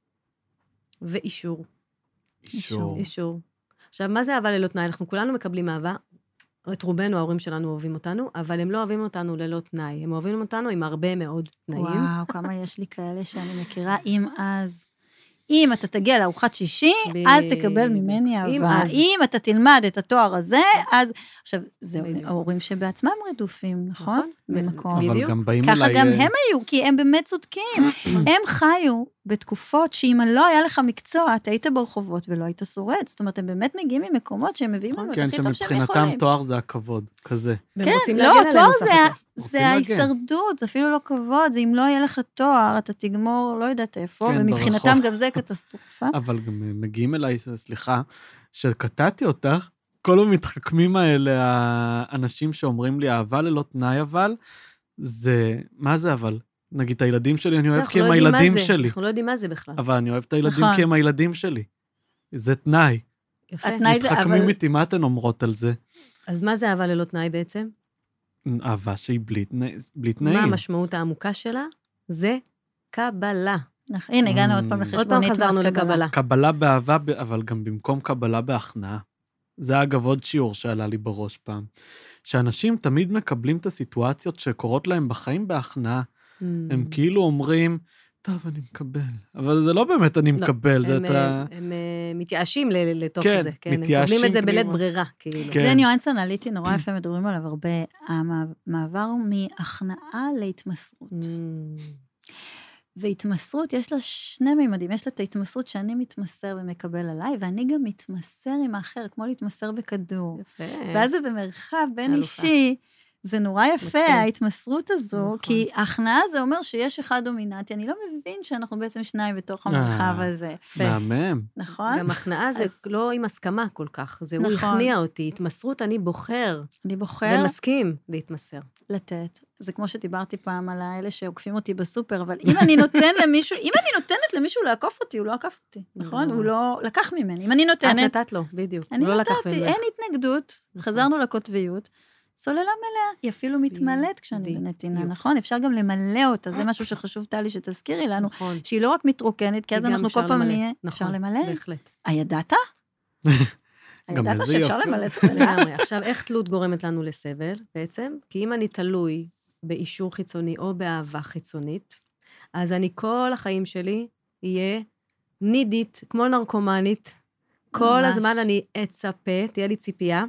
ואישור. אישור. אישור. עכשיו, מה זה אהבה ללא תנאי? אנחנו כולנו מקבלים אהבה, את רובנו, ההורים שלנו אוהבים אותנו, אבל הם לא אוהבים אותנו ללא תנאי, הם אוהבים אותנו עם הרבה מאוד תנאים. וואו, כמה יש לי כאלה שאני מכירה, אם אז... אם אתה תגיע לארוחת שישי, ב- אז תקבל ממני אם אהבה. אז. אם אתה תלמד את התואר הזה, אז... עכשיו, זה בדיוק. ההורים שבעצמם רדופים, נכון? נכון. במקום. בדיוק. אבל גם באים ככה אליי... גם אה, הם היו, כי הם באמת צודקים. הם חיו בתקופות שאם לא היה לך מקצוע, אתה היית ברחובות ולא היית שורד. זאת אומרת, הם באמת מגיעים ממקומות שהם מביאים לנו את כן, הכי טוב שהם שמבחינתם יכולים. תואר זה הכבוד, כזה. והם כן, רוצים לא, להגן עלינו תואר סך זה ה- הכל. רוצים זה להגן. ההישרדות, זה אפילו לא כבוד, זה אם לא יהיה לך תואר, אתה תגמור, לא יודעת איפה, כן, ומבחינתם ברחוב. גם זה קטסטרופה. אבל גם אה, מגיעים אליי, סליחה, שקטעתי אותך, כל המתחכמים האלה, האנשים שאומרים לי, אהבה ללא תנאי אבל, זה, מה זה אבל? נגיד, הילדים שלי, אני אוהב אנחנו כי לא הם יודעים מה הילדים זה, שלי, אנחנו לא יודעים מה זה בכלל. אבל אני אוהב את הילדים נכון. כי הם הילדים שלי. זה תנאי. יפה. התנאי זה, מתחכמים אבל... איתי, מה אתן אומרות על זה? אז מה זה אהבה ללא תנאי בעצם? אהבה שהיא בלי תנאי- בלי מה תנאים. המשמעות העמוקה שלה? זה קבלה. נכון, הנה, הגענו עוד פעם עוד פעם עוד פעם לחשבונית חזרנו מס קבלה. לקבלה. קבלה באהבה, ב- אבל גם במקום קבלה בהכנעה. זה אגב עוד שיעור שעלה לי בראש פעם. שאנשים תמיד מקבלים את הסיטואציות שקורות להם בחיים בהכנעה. Mm. הם כאילו אומרים, טוב, אני מקבל. אבל זה לא באמת אני לא, מקבל, זה הם, אתה... אה, הם אה, מתייאשים ל- לתוך כן, זה, כן? הם מתייאשים מקבלים את זה בלית פנימה. ברירה, כאילו. כן. זה ניואנס אנליטי נורא יפה, מדברים עליו הרבה, המעבר מהכנעה להתמסרות. Mm. והתמסרות, יש לה שני מימדים, יש לה את ההתמסרות שאני מתמסר ומקבל עליי, ואני גם מתמסר עם האחר, כמו להתמסר בכדור. יפה. ואז זה במרחב בין אלופה. אישי, זה נורא יפה, מקסים. ההתמסרות הזו, נכון. כי ההכנעה זה אומר שיש אחד דומיננטי, אני לא מבין שאנחנו בעצם שניים בתוך המרחב אה. הזה. יפה. מהמם. נכון? גם הכנעה זה אז- לא עם הסכמה כל כך, זה הוא נכון. הכניע אותי. התמסרות אני בוחר, אני בוחר ומסכים להתמסר. לתת. זה כמו שדיברתי פעם על האלה שעוקפים אותי בסופר, אבל אם אני נותן למישהו, אם אני נותנת למישהו לעקוף אותי, הוא לא עקף אותי, נכון? לא. הוא לא לקח ממני. אם אני את נותנת, נתת לו, בדיוק. אני הוא לא לקח נתתי, ממך. אין התנגדות, נכון. חזרנו לקוטביות, סוללה מלאה, היא אפילו מתמלאת כשאני בדיוק. בנתינה, נכון? אפשר גם למלא אותה, זה משהו שחשוב, טלי, שתזכירי לנו, נכון. שהיא לא רק מתרוקנת, כי אז גם אנחנו אפשר כל פעם למלא. נהיה, נכון, אפשר למלא? בהחלט. הידעת? גם הידעת איזה שאפשר יופי. למלא סוללה? לגמרי. עכשיו, איך תלות גורמת לנו לסבל, בעצם? כי אם אני תלוי באישור חיצוני או באהבה חיצונית, אז אני כל החיים שלי אהיה נידית, כמו נרקומנית. כל ממש. הזמן אני אצפה, תהיה לי ציפייה,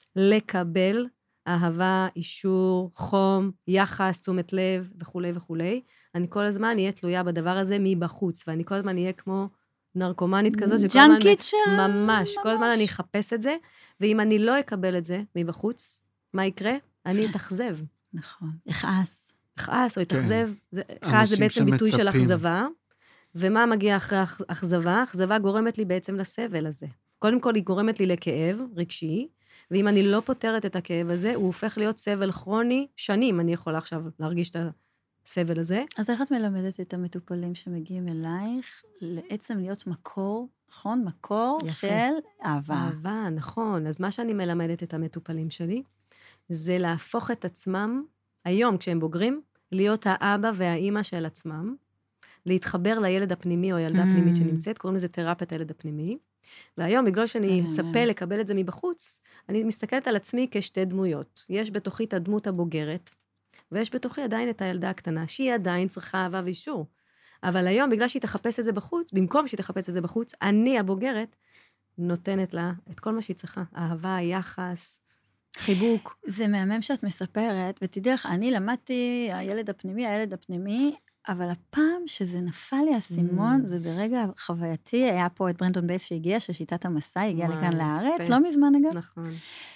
לקבל אהבה, אישור, חום, יחס, תשומת לב וכו' וכו'. אני כל הזמן אהיה תלויה בדבר הזה מבחוץ, ואני כל הזמן אהיה כמו נרקומנית כזאת, שכל הזמן... ג'אנקית של... ממש, כל הזמן אני אחפש את זה, ואם אני לא אקבל את זה מבחוץ, מה יקרה? אני אתאכזב. נכון, יכעס. אכעס או התאכזב, זה- כעס זה אנשים בעצם ביטוי של שמצפים. אכזבה, ומה מגיע אחרי אכ- אכזבה? אכזבה גורמת לי בעצם לסבל הזה. קודם כל, היא גורמת לי לכאב רגשי, ואם אני לא פותרת את הכאב הזה, הוא הופך להיות סבל כרוני שנים. אני יכולה עכשיו להרגיש את הסבל הזה. אז איך את מלמדת את המטופלים שמגיעים אלייך, לעצם להיות מקור, נכון? מקור יפה. של אהבה. אהבה, נכון. אז מה שאני מלמדת את המטופלים שלי, זה להפוך את עצמם, היום כשהם בוגרים, להיות האבא והאימא של עצמם, להתחבר לילד הפנימי או ילדה Mm. פנימית שנמצאת, קוראים לזה תרפיית הילד הפנימי. והיום, בגלל שאני Mm. אצפה לקבל את זה מבחוץ, אני מסתכלת על עצמי כשתי דמויות. יש בתוכי את הדמות הבוגרת, ויש בתוכי עדיין את הילדה הקטנה, שהיא עדיין צריכה אהבה ואישור. אבל היום, בגלל שהיא תחפש את זה בחוץ, במקום שהיא תחפש את זה בחוץ, אני הבוגרת נותנת לה את כל מה שהיא צריכה. אהבה, יחס, חיבוק. זה מהמם שאת מספרת, ותדעי לך, אני למדתי, הילד הפנימי, הילד הפנימי, אבל הפעם שזה נפל לי האסימון, Mm. זה ברגע חווייתי, היה פה את ברנדון בייס שהגיע, ששיטת המסע, הגיעה וואי, לכאן לארץ, יפה. לא מזמן אגב, נכון.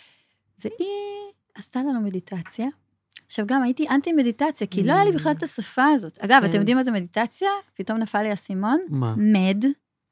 והיא עשתה לנו מדיטציה. עכשיו גם הייתי אנטי מדיטציה, כי לא היה לי בכלל את השפה הזאת. אגב, כן. אתם יודעים מה זה מדיטציה? פתאום נפל לי האסימון. מה? מד,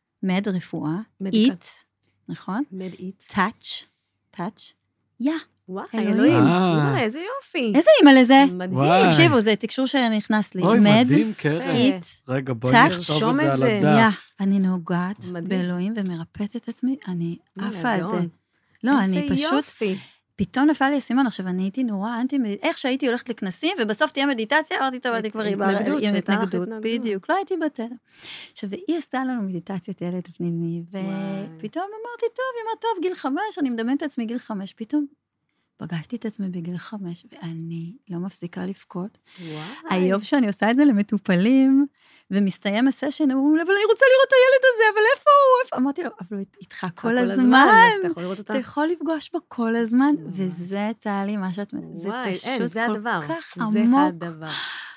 מד רפואה, מדיקה. איט, נכון? מד איט. טאץ', טאץ', יא. וואי, אלוהים. אלוהים. אה. וואי, איזה יופי. איזה אימא לזה? מדהים. וואי. תקשיבו, זה תקשור שנכנס לי. אוי, מד, מדהים, קרן. איט, רגע, בואי טאץ'. נכתוב תרשום את את זה זה. על הדף. יא. אני נוגעת מדהים. באלוהים ומרפאת את עצמי, אני הנה, עפה על זה. הגאון. לא, אני איזה פשוט, יופי. פתאום נפל לי הסימון, עכשיו אני הייתי נורא אנטי, איך שהייתי הולכת לכנסים, ובסוף תהיה מדיטציה, אמרתי, טוב, אני כבר עם התנגדות, עם שהייתה לך התנגדות, התנגדות. בדיוק, לא הייתי בתל. עכשיו, והיא עשתה לנו מדיטציית ילד פנימי, וואי. ופתאום אמרתי, טוב, אמא, טוב, גיל חמש, אני מדמיינת את עצמי גיל חמש, פתאום פגשתי את עצמי בגיל חמש, ואני לא מפסיקה לבכות. וואי. היום שאני עושה את זה למטופלים, ומסתיים הסשן, הם אומרים לי, אבל אני רוצה לראות את הילד הזה, אבל איפה הוא? איפה? אמרתי לו, אבל הוא איתך כל הזמן. אתה יכול לראות אותה. אתה יכול לפגוש בו כל הזמן, ממש. וזה, טלי, מה שאת... זה וואי, פשוט אין, זה כל הדבר. כך זה עמוק. הדבר.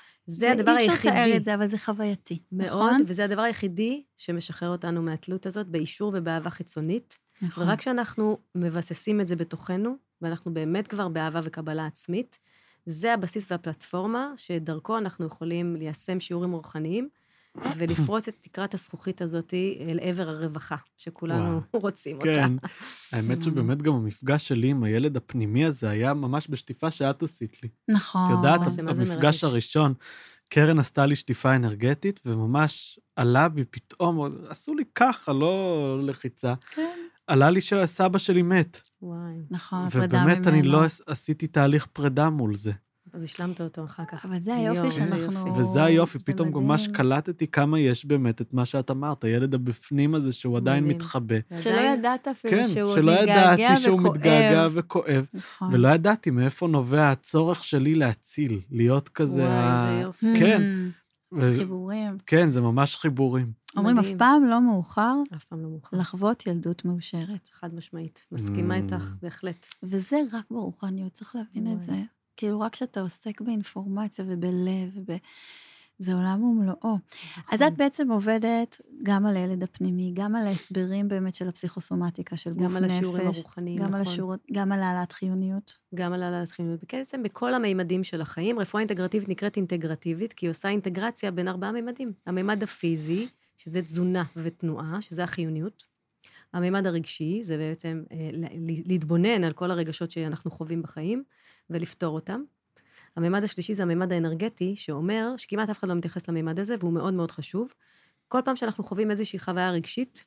זה הדבר אי אפשר לתאר היחידי. את זה, אבל זה חווייתי. מאוד, נכון? וזה הדבר היחידי שמשחרר אותנו מהתלות הזאת, באישור ובאהבה חיצונית. נכון. ורק כשאנחנו מבססים את זה בתוכנו, ואנחנו באמת כבר באהבה וקבלה עצמית, זה הבסיס והפלטפורמה שדרכו אנחנו יכולים ליישם שיעורים רוחניים, ולפרוץ את תקרת הזכוכית הזאת אל עבר הרווחה, שכולנו רוצים אותה. כן, האמת שבאמת גם המפגש שלי עם הילד הפנימי הזה היה ממש בשטיפה שאת עשית לי. נכון. את יודעת, זה מה זה המפגש מרגש. הראשון, קרן עשתה לי שטיפה אנרגטית, וממש עלה בי פתאום, עשו לי ככה, לא לחיצה, כן. עלה לי שסבא שלי מת. וואי, נכון, הפרידה ממנו. ובאמת אני לא עשיתי תהליך פרידה מול זה. אז השלמת אותו אחר כך. אבל זה היופי יואו, איזה שאנחנו... יופי. וזה היופי, זה פתאום מדהים. ממש קלטתי כמה יש באמת את מה שאת אמרת, הילד הבפנים הזה שהוא עדיין מדהים. מתחבא. שלא ועדיין- ידעת אפילו כן, שהוא עוד שלא מתגעגע ידעתי שהוא מתגעגע וכואב. וכואב, נכון. ולא ידעתי מאיפה נובע הצורך שלי להציל, להיות כזה... וואי, ה- איזה יופי. כן. Mm, ו- חיבורים. כן, זה ממש חיבורים. אומרים, אף מדהים. פעם לא מאוחר אף פעם לא מאוחר. לחוות ילדות מאושרת. חד משמעית. מסכימה Mm. איתך, בהחלט. וזה רק ברוחניות, צריך להבין את וואי. זה. כאילו, רק כשאתה עוסק באינפורמציה ובלב, וב... זה עולם ומלואו. אז את בעצם עובדת גם על הילד הפנימי, גם על ההסברים באמת של הפסיכוסומטיקה, של גוף נפש. גם על השיעורים הרוחניים, גם נכון. על השיעור, גם על העלאת חיוניות. גם על העלאת חיוניות. בעצם בכל המימדים של החיים, רפואה אינטגרטיבית נקראת אינטגרטיבית, כי היא עושה אינטגרציה בין ארבעה מימדים. המימד הפיזי, שזה תזונה ותנועה, שזה החיוניות. המימד הרגשי, זה בעצם אה, להתבונן על כל הרגשות שאנחנו חווים בחיים, ולפתור אותם. המימד השלישי זה המימד האנרגטי, שאומר שכמעט אף אחד לא מתייחס למימד הזה, והוא מאוד מאוד חשוב. כל פעם שאנחנו חווים איזושהי חוויה רגשית,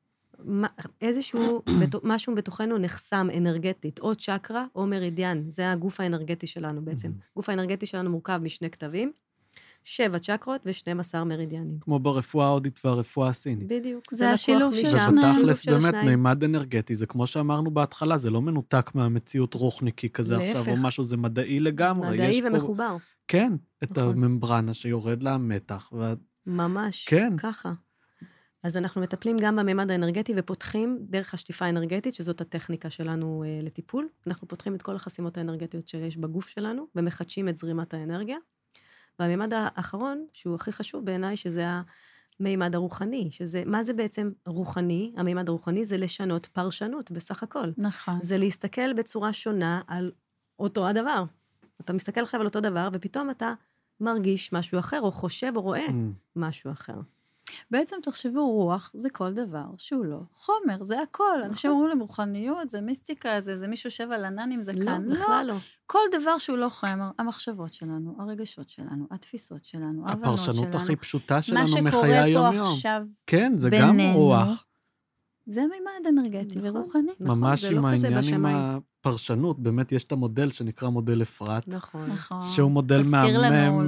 איזשהו, משהו בתוכנו נחסם אנרגטית, או צ'קרה או מרידיאן, זה הגוף האנרגטי שלנו בעצם. הגוף האנרגטי שלנו מורכב משני כתבים, שבע צ'קרות ו-שנים עשר מרידיאנים. כמו ברפואה ההודית והרפואה הסינית. בדיוק. זה השילוב של שניים. ובתכלס באמת מימד אנרגטי, זה כמו שאמרנו בהתחלה, זה לא מנותק מהמציאות רוחניקי כזה עכשיו, או משהו, זה מדעי לגמרי. מדעי ומחובר. כן, את הממברנה שיורד לה המתח. ממש, כן. ככה. אז אנחנו מטפלים גם בממד האנרגטי, ופותחים דרך השטיפה האנרגטית, שזאת הטכניקה שלנו לטיפול. אנחנו פותחים את כל החסימות האנרגטיות שיש בגוף שלנו, ומחדשים את זרימת האנרגיה. והמימד האחרון, שהוא הכי חשוב בעיניי, שזה המימד הרוחני, שזה, מה זה בעצם רוחני? המימד הרוחני זה לשנות פרשנות בסך הכל. נכון. זה להסתכל בצורה שונה על אותו הדבר. אתה מסתכל עכשיו על אותו דבר, ופתאום אתה מרגיש משהו אחר, או חושב או רואה mm. משהו אחר. בעצם תחשבו, רוח זה כל דבר שהוא לא חומר, זה הכל. אנשים אומרים להם רוחניות, זה מיסטיקה, זה, זה מישהו שב על עננים, זה כאן. לא, בכלל לא. כל דבר שהוא לא חומר, המחשבות שלנו, הרגשות שלנו, התפיסות שלנו, ההבנות שלנו. הפרשנות הכי פשוטה שלנו מחיי היום-יום. מה שקורה פה עכשיו כן, זה גם רוח. זה מימד אנרגטי ורוחני. ממש עם העניין עם הפרשנות, באמת יש את המודל שנקרא מודל אפרת. נכון. שהוא מודל מהמם,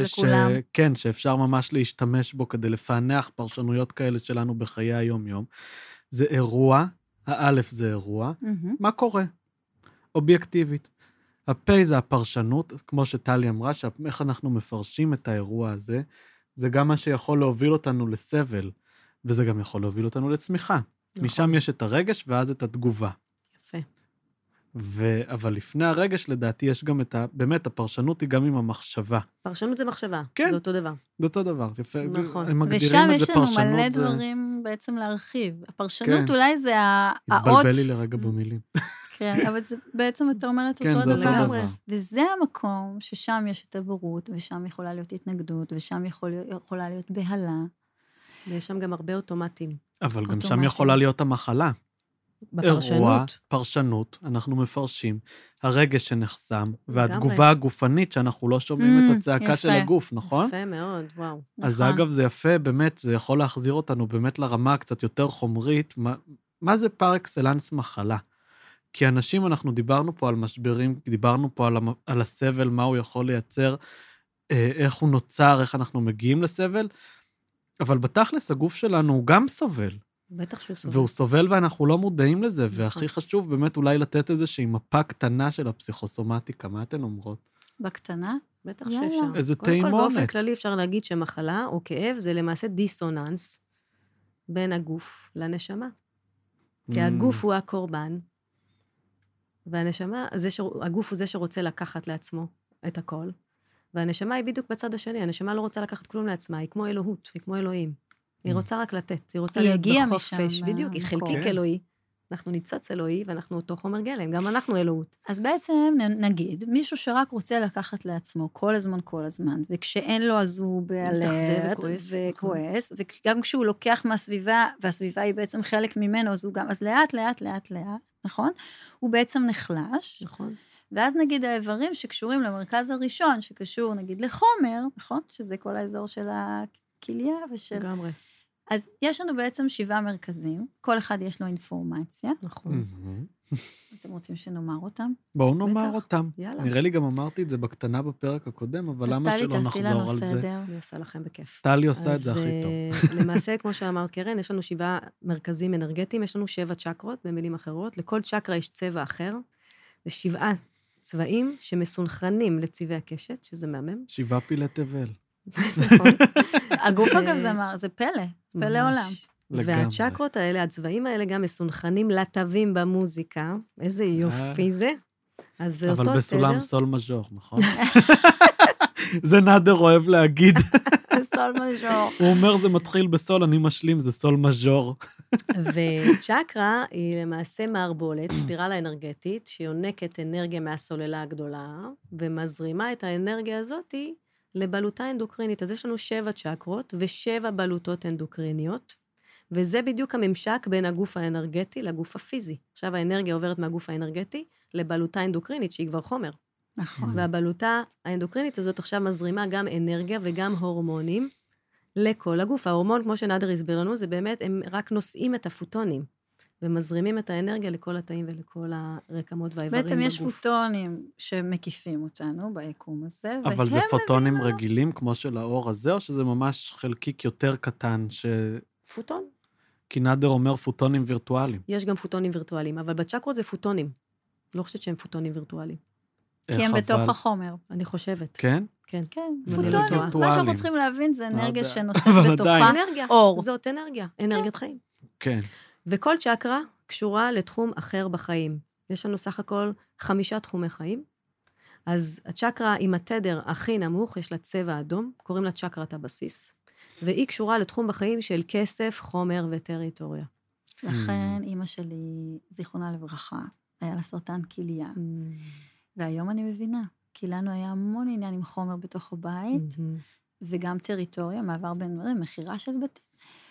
כן, שאפשר ממש להשתמש בו כדי לפענח פרשנויות כאלה שלנו בחיי היום-יום. זה אירוע, האלף זה אירוע, מה קורה? אובייקטיבית. הפי זה הפרשנות, כמו שטלי אמרה, איך אנחנו מפרשים את האירוע הזה, זה גם מה שיכול להוביל אותנו לסבל, וזה גם יכול להוביל אותנו לצמיחה. נכון. משם יש את הרגש ואז את התגובה. יפה. ו... אבל לפני הרגש, לדעתי, יש גם את ה... באמת, הפרשנות היא גם עם המחשבה. פרשנות זה מחשבה. כן. זה אותו דבר. זה אותו דבר. יפה. נכון. הם מגדירים את זה פרשנות. ושם יש לנו מלא זה... דברים בעצם להרחיב. הפרשנות כן. אולי זה האות... התבלבל לי לרגע במילים. כן, אבל זה בעצם אתה אומרת כן, אותו זה דבר. אותו דבר. וזה המקום ששם יש את הבורות, ושם יכולה להיות התנגדות, ושם יכול... יכולה להיות בהלה. ויש שם גם הרבה אוטומטים. אבל אוטומטים. גם שם יכולה להיות המחלה. בפרשנות. אירוע, פרשנות, אנחנו מפרשים, הרגש שנחסם, והתגובה הגופנית שאנחנו לא שומעים את הצעקה של הגוף, נכון? יפה מאוד, וואו. אז אגב, זה יפה, באמת, זה יכול להחזיר אותנו באמת לרמה קצת יותר חומרית, מה, מה זה פר אקסלנס מחלה? כי אנשים, אנחנו דיברנו פה על משברים, דיברנו פה על, על הסבל, מה הוא יכול לייצר, איך הוא נוצר, איך אנחנו מגיעים לסבל, אבל בתכלס הגוף שלנו הוא גם סובל. בטח שהוא סובל. והוא סובל ואנחנו לא מודעים לזה, והכי חשוב באמת אולי לתת איזושהי מפה קטנה של הפסיכוסומטיקה, מה אתן אומרות? בקטנה? בטח שאפשר. איזה קודם כל, תאימונת. באופן כללי אפשר להגיד שמחלה או כאב זה למעשה דיסוננס בין הגוף לנשמה. כי הגוף הוא הקורבן, והנשמה, הגוף הוא זה שרוצה לקחת לעצמו את הכל, והנשמה היא בדיוק בצד השני, הנשמה לא רוצה לקחת כלום לעצמה, היא כמו אלוהות, היא כמו אלוהים. היא רוצה רק לתת, היא רוצה להיות בחופש, בדיוק, היא חלקיק אלוהי. אנחנו ניצוץ אלוהי, ואנחנו אותו חומר גלם, גם אנחנו אלוהות. אז בעצם נגיד, מישהו שרק רוצה לקחת לעצמו כל הזמן, כל הזמן, וכשאין לו אז הוא באלרט וכועס, וגם כשהוא לוקח מהסביבה, והסביבה היא בעצם חלק ממנו, אז הוא גם, אז לאט, לאט, לאט, לאט, נכון? הוא בעצם נחלש. נכון. ואז נגיד האיברים שקשורים למרכז הראשון, שקשור נגיד לחומר, נכון? שזה כל האזור של הכליה ושל... לגמרי. אז יש לנו בעצם שבעה מרכזים, כל אחד יש לו אינפורמציה. נכון. אתם רוצים שנאמר אותם? בואו נאמר בטח. אותם. יאללה. נראה לי גם אמרתי את זה בקטנה בפרק הקודם, אבל למה שלא נחזור על זה? אני עושה לכם בכיף. טלי עושה את זה הכי טוב. למעשה, כמו שאמרת קרן, יש לנו שבעה מרכזים אנרגטיים, יש לנו שבע צ'קרות, במילים אחרות, לכל צ'קרה יש צבע אחר, זה שבעה צבעים שמסונכרנים לצבעי הקשת, שזה מהמם. שבעה פילי תבל. נכון. הגוף אגב זה פלא, פלא עולם. והצ'קרות האלה, הצבעים האלה גם מסונכנים לתווים במוזיקה, איזה יופי זה. אז זה אותו תדר. אבל בסולם סול מז'ור, נכון? זה נאדר אוהב להגיד. סול מז'ור. הוא אומר, זה מתחיל בסול, אני משלים, זה סול מז'ור. וצ'קרה היא למעשה מערבולת, ספירלה אנרגטית, שיונקת אנרגיה מהסוללה הגדולה, ומזרימה את האנרגיה הזאת לבלוטה אנדוקרינית. אז יש לנו שבע צ'קרות ושבע בלוטות אנדוקריניות, וזה בדיוק הממשק בין הגוף האנרגטי לגוף הפיזי. עכשיו האנרגיה עוברת מהגוף האנרגטי לבלוטה אנדוקרינית, שהיא כבר חומר. נכון. והבלוטה האנדוקרינית הזאת עכשיו מזרימה גם אנרגיה וגם הורמונים לכל הגוף. ההורמון, כמו שנאדר הסביר לנו, זה באמת, הם רק נושאים את הפוטונים, ומזרימים את האנרגיה לכל התאים ולכל הרקמות והאיברים בגוף. בעצם יש פוטונים שמקיפים אותנו ביקום הזה, אבל זה פוטונים רגילים כמו של האור הזה, או שזה ממש חלקיק יותר קטן ש... פוטון. כי נאדר אומר פוטונים וירטואליים. יש גם פוטונים וירטואליים, אבל בצ'קרות זה פוטונים. לא חושבת שהם פוטונים וירטואליים. כי הם בתוך החומר. אני חושבת. כן? כן. כן, פוטונים. מה שאנחנו צריכים להבין זה אנרגיה שנושאת בתוכה אנרגיה. אור. זאת אנרגיה, אנרגיית חיים. כן. וכל צ'קרה קשורה לתחום אחר בחיים. יש לנו סך הכל חמישה תחומי חיים. אז הצ'קרה עם התדר הכי נמוך, יש לה צבע אדום, קוראים לה צ'קרת הבסיס, והיא קשורה לתחום בחיים של כסף, חומר וטריטוריה. לכן אימא שלי, זיכרונה לברכה, היה לה סרטן כליה. והיום אני מבינה, כי לנו היה המון עניין עם חומר בתוך הבית, וגם טריטוריה, מעבר בין דברים, מחירה של בתים,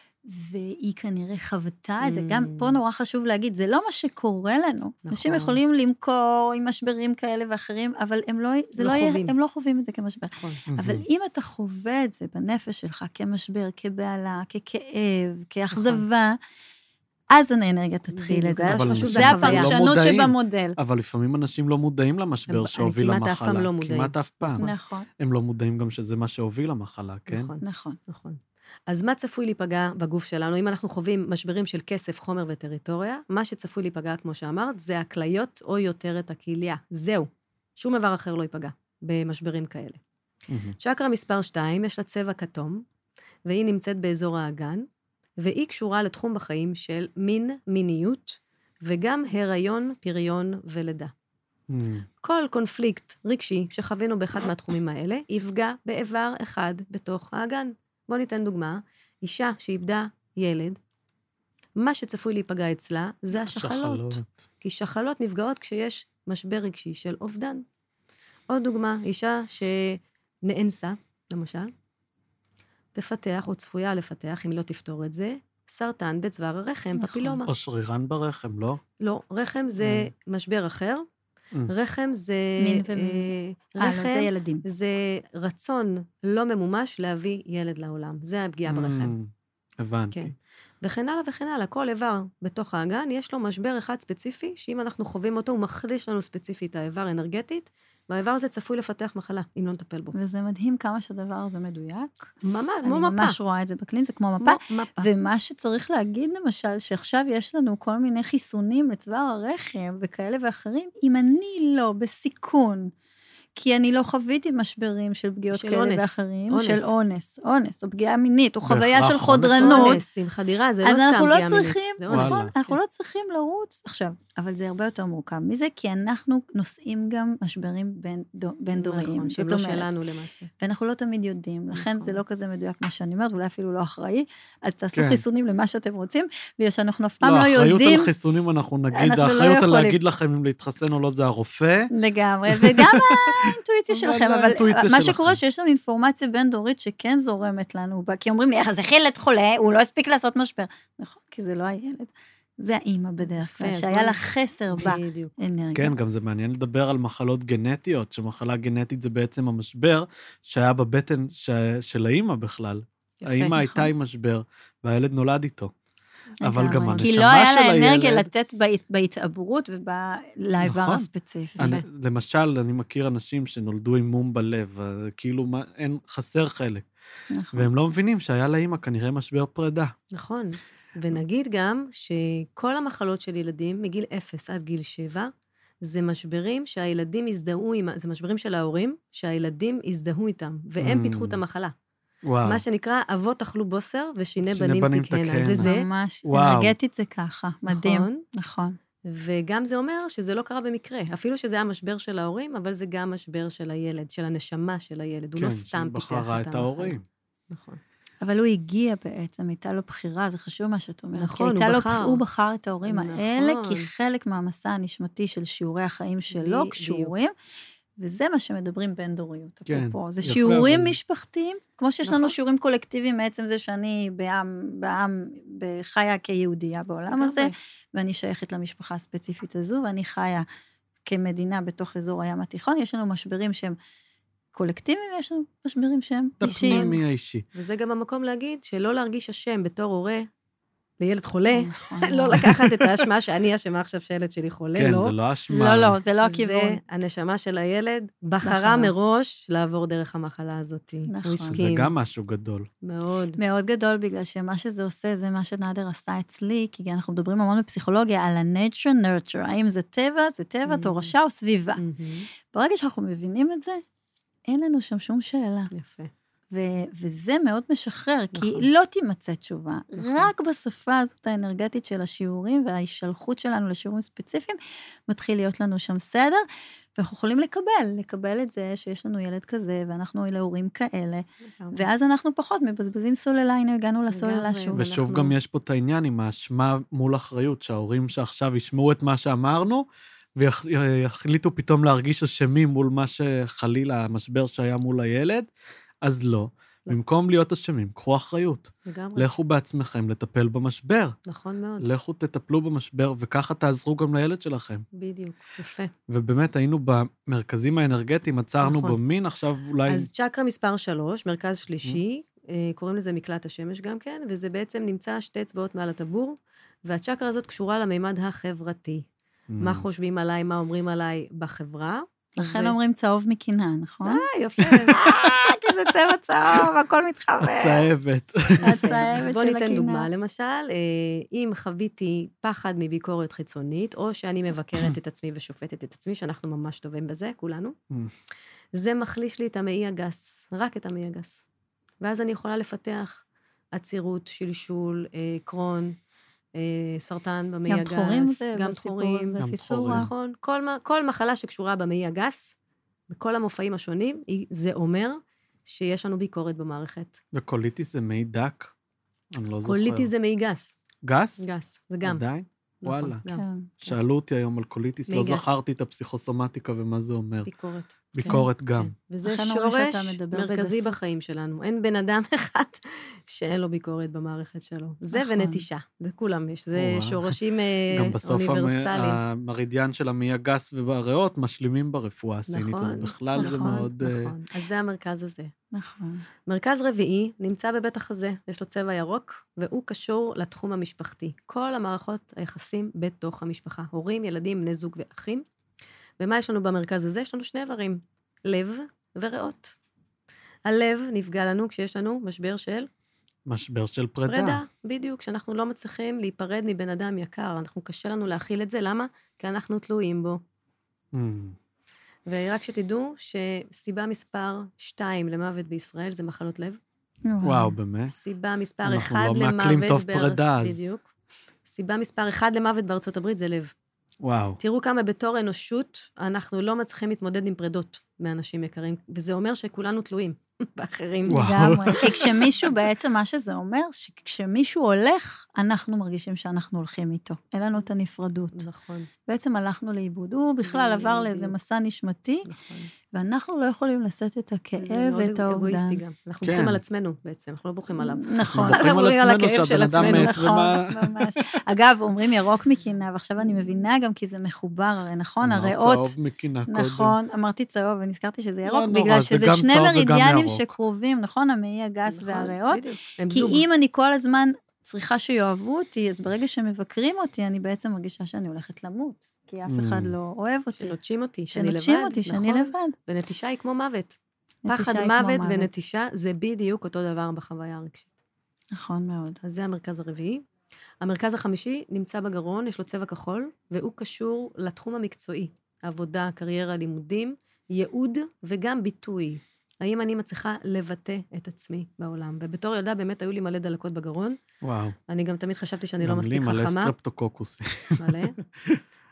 והיא כנראה חוותה את זה. גם פה נורא חשוב להגיד, זה לא מה שקורה לנו. אנשים יכולים למכור עם משברים כאלה ואחרים, אבל הם לא, זה לא יהיה, הם לא חווים את זה כמשבר. אבל אם אתה חווה את זה בנפש שלך כמשבר, כבעלה, ככאב, כאכזבה, אז האנרגיה תתחיל את זה. זה הפרשנות שבמודל. אבל לפעמים אנשים לא מודעים למשבר שהוביל למחלה. כמעט אף פעם. נכון. הם לא מודעים גם שזה מה שהוביל למחלה, כן? נכון. נכון. אז מה צפוי להיפגע בגוף שלנו? אם אנחנו חווים משברים של כסף, חומר וטריטוריה, מה שצפוי להיפגע, כמו שאמרת, זה הכליות או יותר את הכליה. זהו. שום דבר אחר לא ייפגע במשברים כאלה. צ'קרה מספר שתיים, יש לה צבע כתום, והיא נמצאת באזור האגן, והיא קשורה לתחום בחיים של מין, מיניות, וגם הריון, פריון ולידה. כל קונפליקט רגשי שחווינו באחד מהתחומים האלה, יפגע באיבר אחד בתוך האגן. בואו ניתן דוגמה, אישה שאיבדה ילד, מה שצפוי להיפגע אצלה זה השחלות. כי שחלות נפגעות כשיש משבר רגשי של אובדן. עוד דוגמה, אישה שנאנסה, למשל, תפתח או צפויה לפתח, אם לא תפתור את זה, סרטן בצוואר הרחם, פפילומה. או שרירן ברחם, לא? לא, רחם זה משבר אחר. רחם זה... מין ומין. רחם זה ילדים. זה רצון לא ממומש להביא ילד לעולם. זה הפגיעה ברחם. הבנתי. כן. וכן הלאה וכן הלאה. כל איבר בתוך האגן, יש לו משבר אחד ספציפי, שאם אנחנו חווים אותו, הוא מחליש לנו ספציפית האיבר אנרגטית, והאיבר הזה צפוי לפתח מחלה, אם לא נטפל בו. וזה מדהים כמה שהדבר הזה מדויק. ממש, כמו מפה. אני ממש רואה את זה בקלין, זה כמו מפה. מפה. ומה שצריך להגיד, למשל, שעכשיו יש לנו כל מיני חיסונים לצוואר הרחם, וכאלה ואחרים, אם אני לא בסיכון, כי אני לא חוויתי משברים של פגיעות כאלה אונס. ואחרים, אונס. של אונס, אונס, או פגיעה מינית, או חוויה של חודרנות. אונס, עם חדירה, זה לא סתם פגיעה לא מינית. נכון, אנחנו לא צריכים לרוץ. עכשיו, אבל זה הרבה יותר מורכב מזה, כי אנחנו נושאים גם משברים בין, בין דוריים. נכון, שהם לא שלנו למעשה. ואנחנו לא תמיד יודעים, לכן זה לא כזה מדויק מה שאני אומרת, ואולי אפילו לא אחראי, אז תעשו חיסונים למה שאתם רוצים, בגלל שאנחנו אף פעם לא יודעים. לא, האחריות על חיסונים אנחנו נגיד, האחריות על להגיד לכם אם להתחסן או לא זה הרופא. לגמרי, וגם האינטואיציה שלכם, אבל מה שקורה שיש לנו אינפורמציה בין דורית שכן זורמת לנו, כי אומרים לי, איך זה ילד חולה, הוא לא הספיק לעשות משבר. נכון, כי זה לא הילד. זה האמא בדרך כלל, שהיה לה חסר באנרגיה. כן, גם זה מעניין לדבר על מחלות גנטיות, שמחלה גנטית זה בעצם המשבר שהיה בבטן של האמא בכלל. האמא הייתה עם משבר, והילד נולד איתו. אבל גם הנשמה של הילד... כי לא היה לה אנרגיה לתת בהתעברות ולאיבר הספציפי. למשל, אני מכיר אנשים שנולדו עם מום בלב, כאילו אין חסר חלק. והם לא מבינים שהיה לאמא כנראה משבר פרידה. נכון. ונגיד גם שכל המחלות של ילדים, מגיל אפס עד גיל שבע, זה משברים שהילדים הזדהו עם, זה משברים של ההורים, שהילדים הזדהו איתם, והם פיתחו את המחלה. וואו. מה שנקרא, אבות אכלו בוסר, ושיני בנים תקהנה. זה זה. ממש, אנרגטית זה ככה, מדהים. נכון. וגם זה אומר שזה לא קרה במקרה. אפילו שזה היה משבר של ההורים, אבל זה גם משבר של הילד, של הנשמה של הילד. הוא לא סתם פיתח את המחלה. כן, שבחרה את ההורים. נכון. אבל הוא הגיע בעצם, הייתה לו בחירה, זה חשוב מה שאת אומרת. נכון, הוא הוא בחר. בחר. הוא בחר את ההורים נכון. האלה, כי חלק מהמסע הנשמתי של שיעורי החיים שלו קשורים, וזה מה שמדברים בין דוריות. כן, אפרופו. זה יפה, שיעורים אבל- משפחתיים, כמו שיש נכון. לנו שיעורים קולקטיביים, מעצם זה שאני בעם, בעם, בחיה כיהודייה בעולם הזה, ואני שייכת למשפחה הספציפית הזו, ואני חיה כמדינה בתוך אזור הים התיכון, יש לנו משברים שהם קולקטיביים, ויש לנו משברים שהם אישיים. הפנימי האישי. וזה גם המקום להגיד שלא להרגיש אשם בתור הורה לילד חולה, נכון. לא לקחת את האשמה שאני אשמה עכשיו שהילד שלי חולה, כן, לא. זה לא אשמה. לא, לא, זה לא זה הכיוון. הנשמה של הילד בחרה בחרה. מראש לעבור דרך המחלה הזאת. נכון. הוא זה הסכים. גם משהו גדול. מאוד. מאוד גדול, בגלל שמה שזה עושה, זה מה שנאדר עשה אצלי, כי אנחנו מדברים המון בפסיכולוגיה על ה-nature nurture, האם זה טבע, זה טבע, Mm. תורשה או סביבה. מהמם. ברגע שאנחנו מבינים את זה, אין לנו שם שום שאלה. יפה. ו- וזה מאוד משחרר, כי נכון. לא תימצא תשובה. נכון. רק בשפה הזאת האנרגטית של השיעורים, וההשתלחות שלנו לשיעורים ספציפיים, מתחיל להיות לנו שם סדר, ואנחנו יכולים לקבל, לקבל את זה שיש לנו ילד כזה, ואנחנו להורים כאלה, ואז אנחנו פחות מבזבזים סוללה, הנה הגענו לסוללה לגמרי. שוב. ושוב אנחנו- גם יש פה את העניין עם האשמה מול אחריות, שההורים שעכשיו ישמעו את מה שאמרנו, ויחליטו פתאום להרגיש אשמים מול מה שחלילה, המשבר שהיה מול הילד, אז לא. במקום להיות אשמים, קחו אחריות. לגמרי. לכו בעצמכם לטפל במשבר. נכון מאוד. לכו תטפלו במשבר, וככה תעזרו גם לילד שלכם. בדיוק. יפה. ובאמת היינו במרכזים האנרגטיים, עצרנו נכון. במין, עכשיו אולי... אז צ'קרה מספר שלוש, מרכז שלישי, אה, קוראים לזה מקלט השמש גם כן, וזה בעצם נמצא שתי אצבעות מעל הטבור, והצ'קרה הזאת קשורה למימד החברתי. מה חושבים עליי, מה אומרים עליי בחברה. לכן אומרים צהוב מקינה, נכון? אה, יפה. כי זה צבע צהוב, הכל מתחבר. הצהבת. הצהבת אז בואו של ניתן הקינה. דוגמה, למשל, אה, אם חוויתי פחד מביקורת חיצונית, או שאני מבקרת את עצמי ושופטת את עצמי, שאנחנו ממש טובים בזה, כולנו, זה מחליש לי את המעי הגס, רק את המעי הגס. ואז אני יכולה לפתח עצירות, שלשול, אה, קרון, אה, סרטן במעי גם הגס. דחורים זה גם בסיפור דחורים. הזה, גם פיסורה. דחורים. נכון. כל, מה- כל מחלה שקשורה במעי הגס, בכל המופעים השונים, היא- זה אומר שיש לנו ביקורת במערכת. וקוליטיס זה מעי דק? אני לא זוכר. קוליטיס זה מעי גס. גס? גס, זה גם. עדיין? נכון, וואלה. גם. כן. שאלו אותי היום על קוליטיס, לא מעי גס. זכרתי את הפסיכוסומטיקה ומה זה אומר. ביקורת. ביקורת גם. כן. וזה לכן אומרים שורש שאתה מדבר מרכזי בגסות. בחיים שלנו. אין בן אדם אחד שאין לו ביקורת במערכת שלו. זה נכון. ונטישה. לכולם יש. זה וואו. שורשים אה, גם בסוף המ- אוניברסליים. המרידיאן של המעי הגס והריאות משלימים ברפואה הסינית, אז נכון, בכלל זה נכון, מאוד... אה, נכון. אז זה המרכז הזה. נכון. מרכז רביעי נמצא בבית החזה, יש לו צבע ירוק, והוא קשור לתחום המשפחתי. כל המערכות היחסים בתוך המשפחה. הורים, ילדים, בני זוג ואחים. ומה יש לנו במרכז הזה? יש לנו שני איברים, לב וריאות. הלב נפגע לנו כשיש לנו משבר של משבר של פרידה. פרידה, בדיוק, כשאנחנו לא מצליחים להיפרד מבן אדם יקר, אנחנו קשה לנו להכיל את זה, למה? כי אנחנו תלויים בו. Mm. ורק שתדעו שסיבה מספר שתיים למוות בישראל זה מחלות לב. וואו, באמת? סיבה מספר אנחנו אחד לא למוות... מעכלים טוב באר- פרידה, אז. בדיוק. סיבה מספר אחד למוות בארצות הברית זה לב. וואו. תראו כמה בתור אנושות אנחנו לא מצליחים להתמודד עם פרידות מאנשים יקרים, וזה אומר שכולנו תלויים באחרים. וואו. לגמרי. כי כשמישהו בעצם, מה שזה אומר, שכשמישהו הולך, אנחנו מרגישים שאנחנו הולכים איתו. אין לנו את הנפרדות. נכון, בעצם הלכנו לאיבוד. הוא בכלל עבר לאיזה בדיוק. מסע נשמתי, נכון. ואנחנו לא יכולים לשאת את זה הכאב מאוד ואת האובדן. אגואיסטי גם. אנחנו כן. בוכים על עצמנו בעצם, אנחנו לא בוכים עליו. נכון. אנחנו בוכים על מדברים על עצמנו הכאב של שהבן אדם עצמנו. מת, נכון, ומה... ממש. אגב, אומרים ירוק מקינה, ועכשיו אני מבינה גם כי זה מחובר, הרי נכון, אמרת הריאות, צהוב מקינה קודם. נכון, אמרתי צהוב ונזכרתי שזה לא ירוק, נורא, בגלל זה שזה גם שני צהוב וגם מרידיאנים ירוק. שקרובים, נכון, המעי הגס נכון, והריאות, בדיוק. הם כי זוג. אם אני כל הזמן צריכה שיאהבו אותי, אז ברגע שמבקרים אותי, אני בעצם מרגישה שאני הולכת למות, כי אף אחד Mm. לא אוהב אותי. שנוטשים אותי, שאני לבד. שנוטשים אותי, שאני נכון. לבד. ונטישה היא כמו מוות. נטישה פחד היא כמו מוות מוות. ונטישה זה בדיוק אותו דבר בחוויה הרגשית. נכון מאוד. אז זה המרכז הרביעי. המרכז החמישי נמצא בגרון, יש לו צבע כחול, והוא קשור לתחום המקצועי. עבודה, קריירה, לימודים, ייעוד וגם ביטוי. האם אני מצליחה לבטא את עצמי בעולם? ובתור ילדה באמת היו לי מלא דלקות בגרון. וואו. אני גם תמיד חשבתי שאני לא גם לי מספיק מלא חכמה. סטרפטוקוקוס. מלא.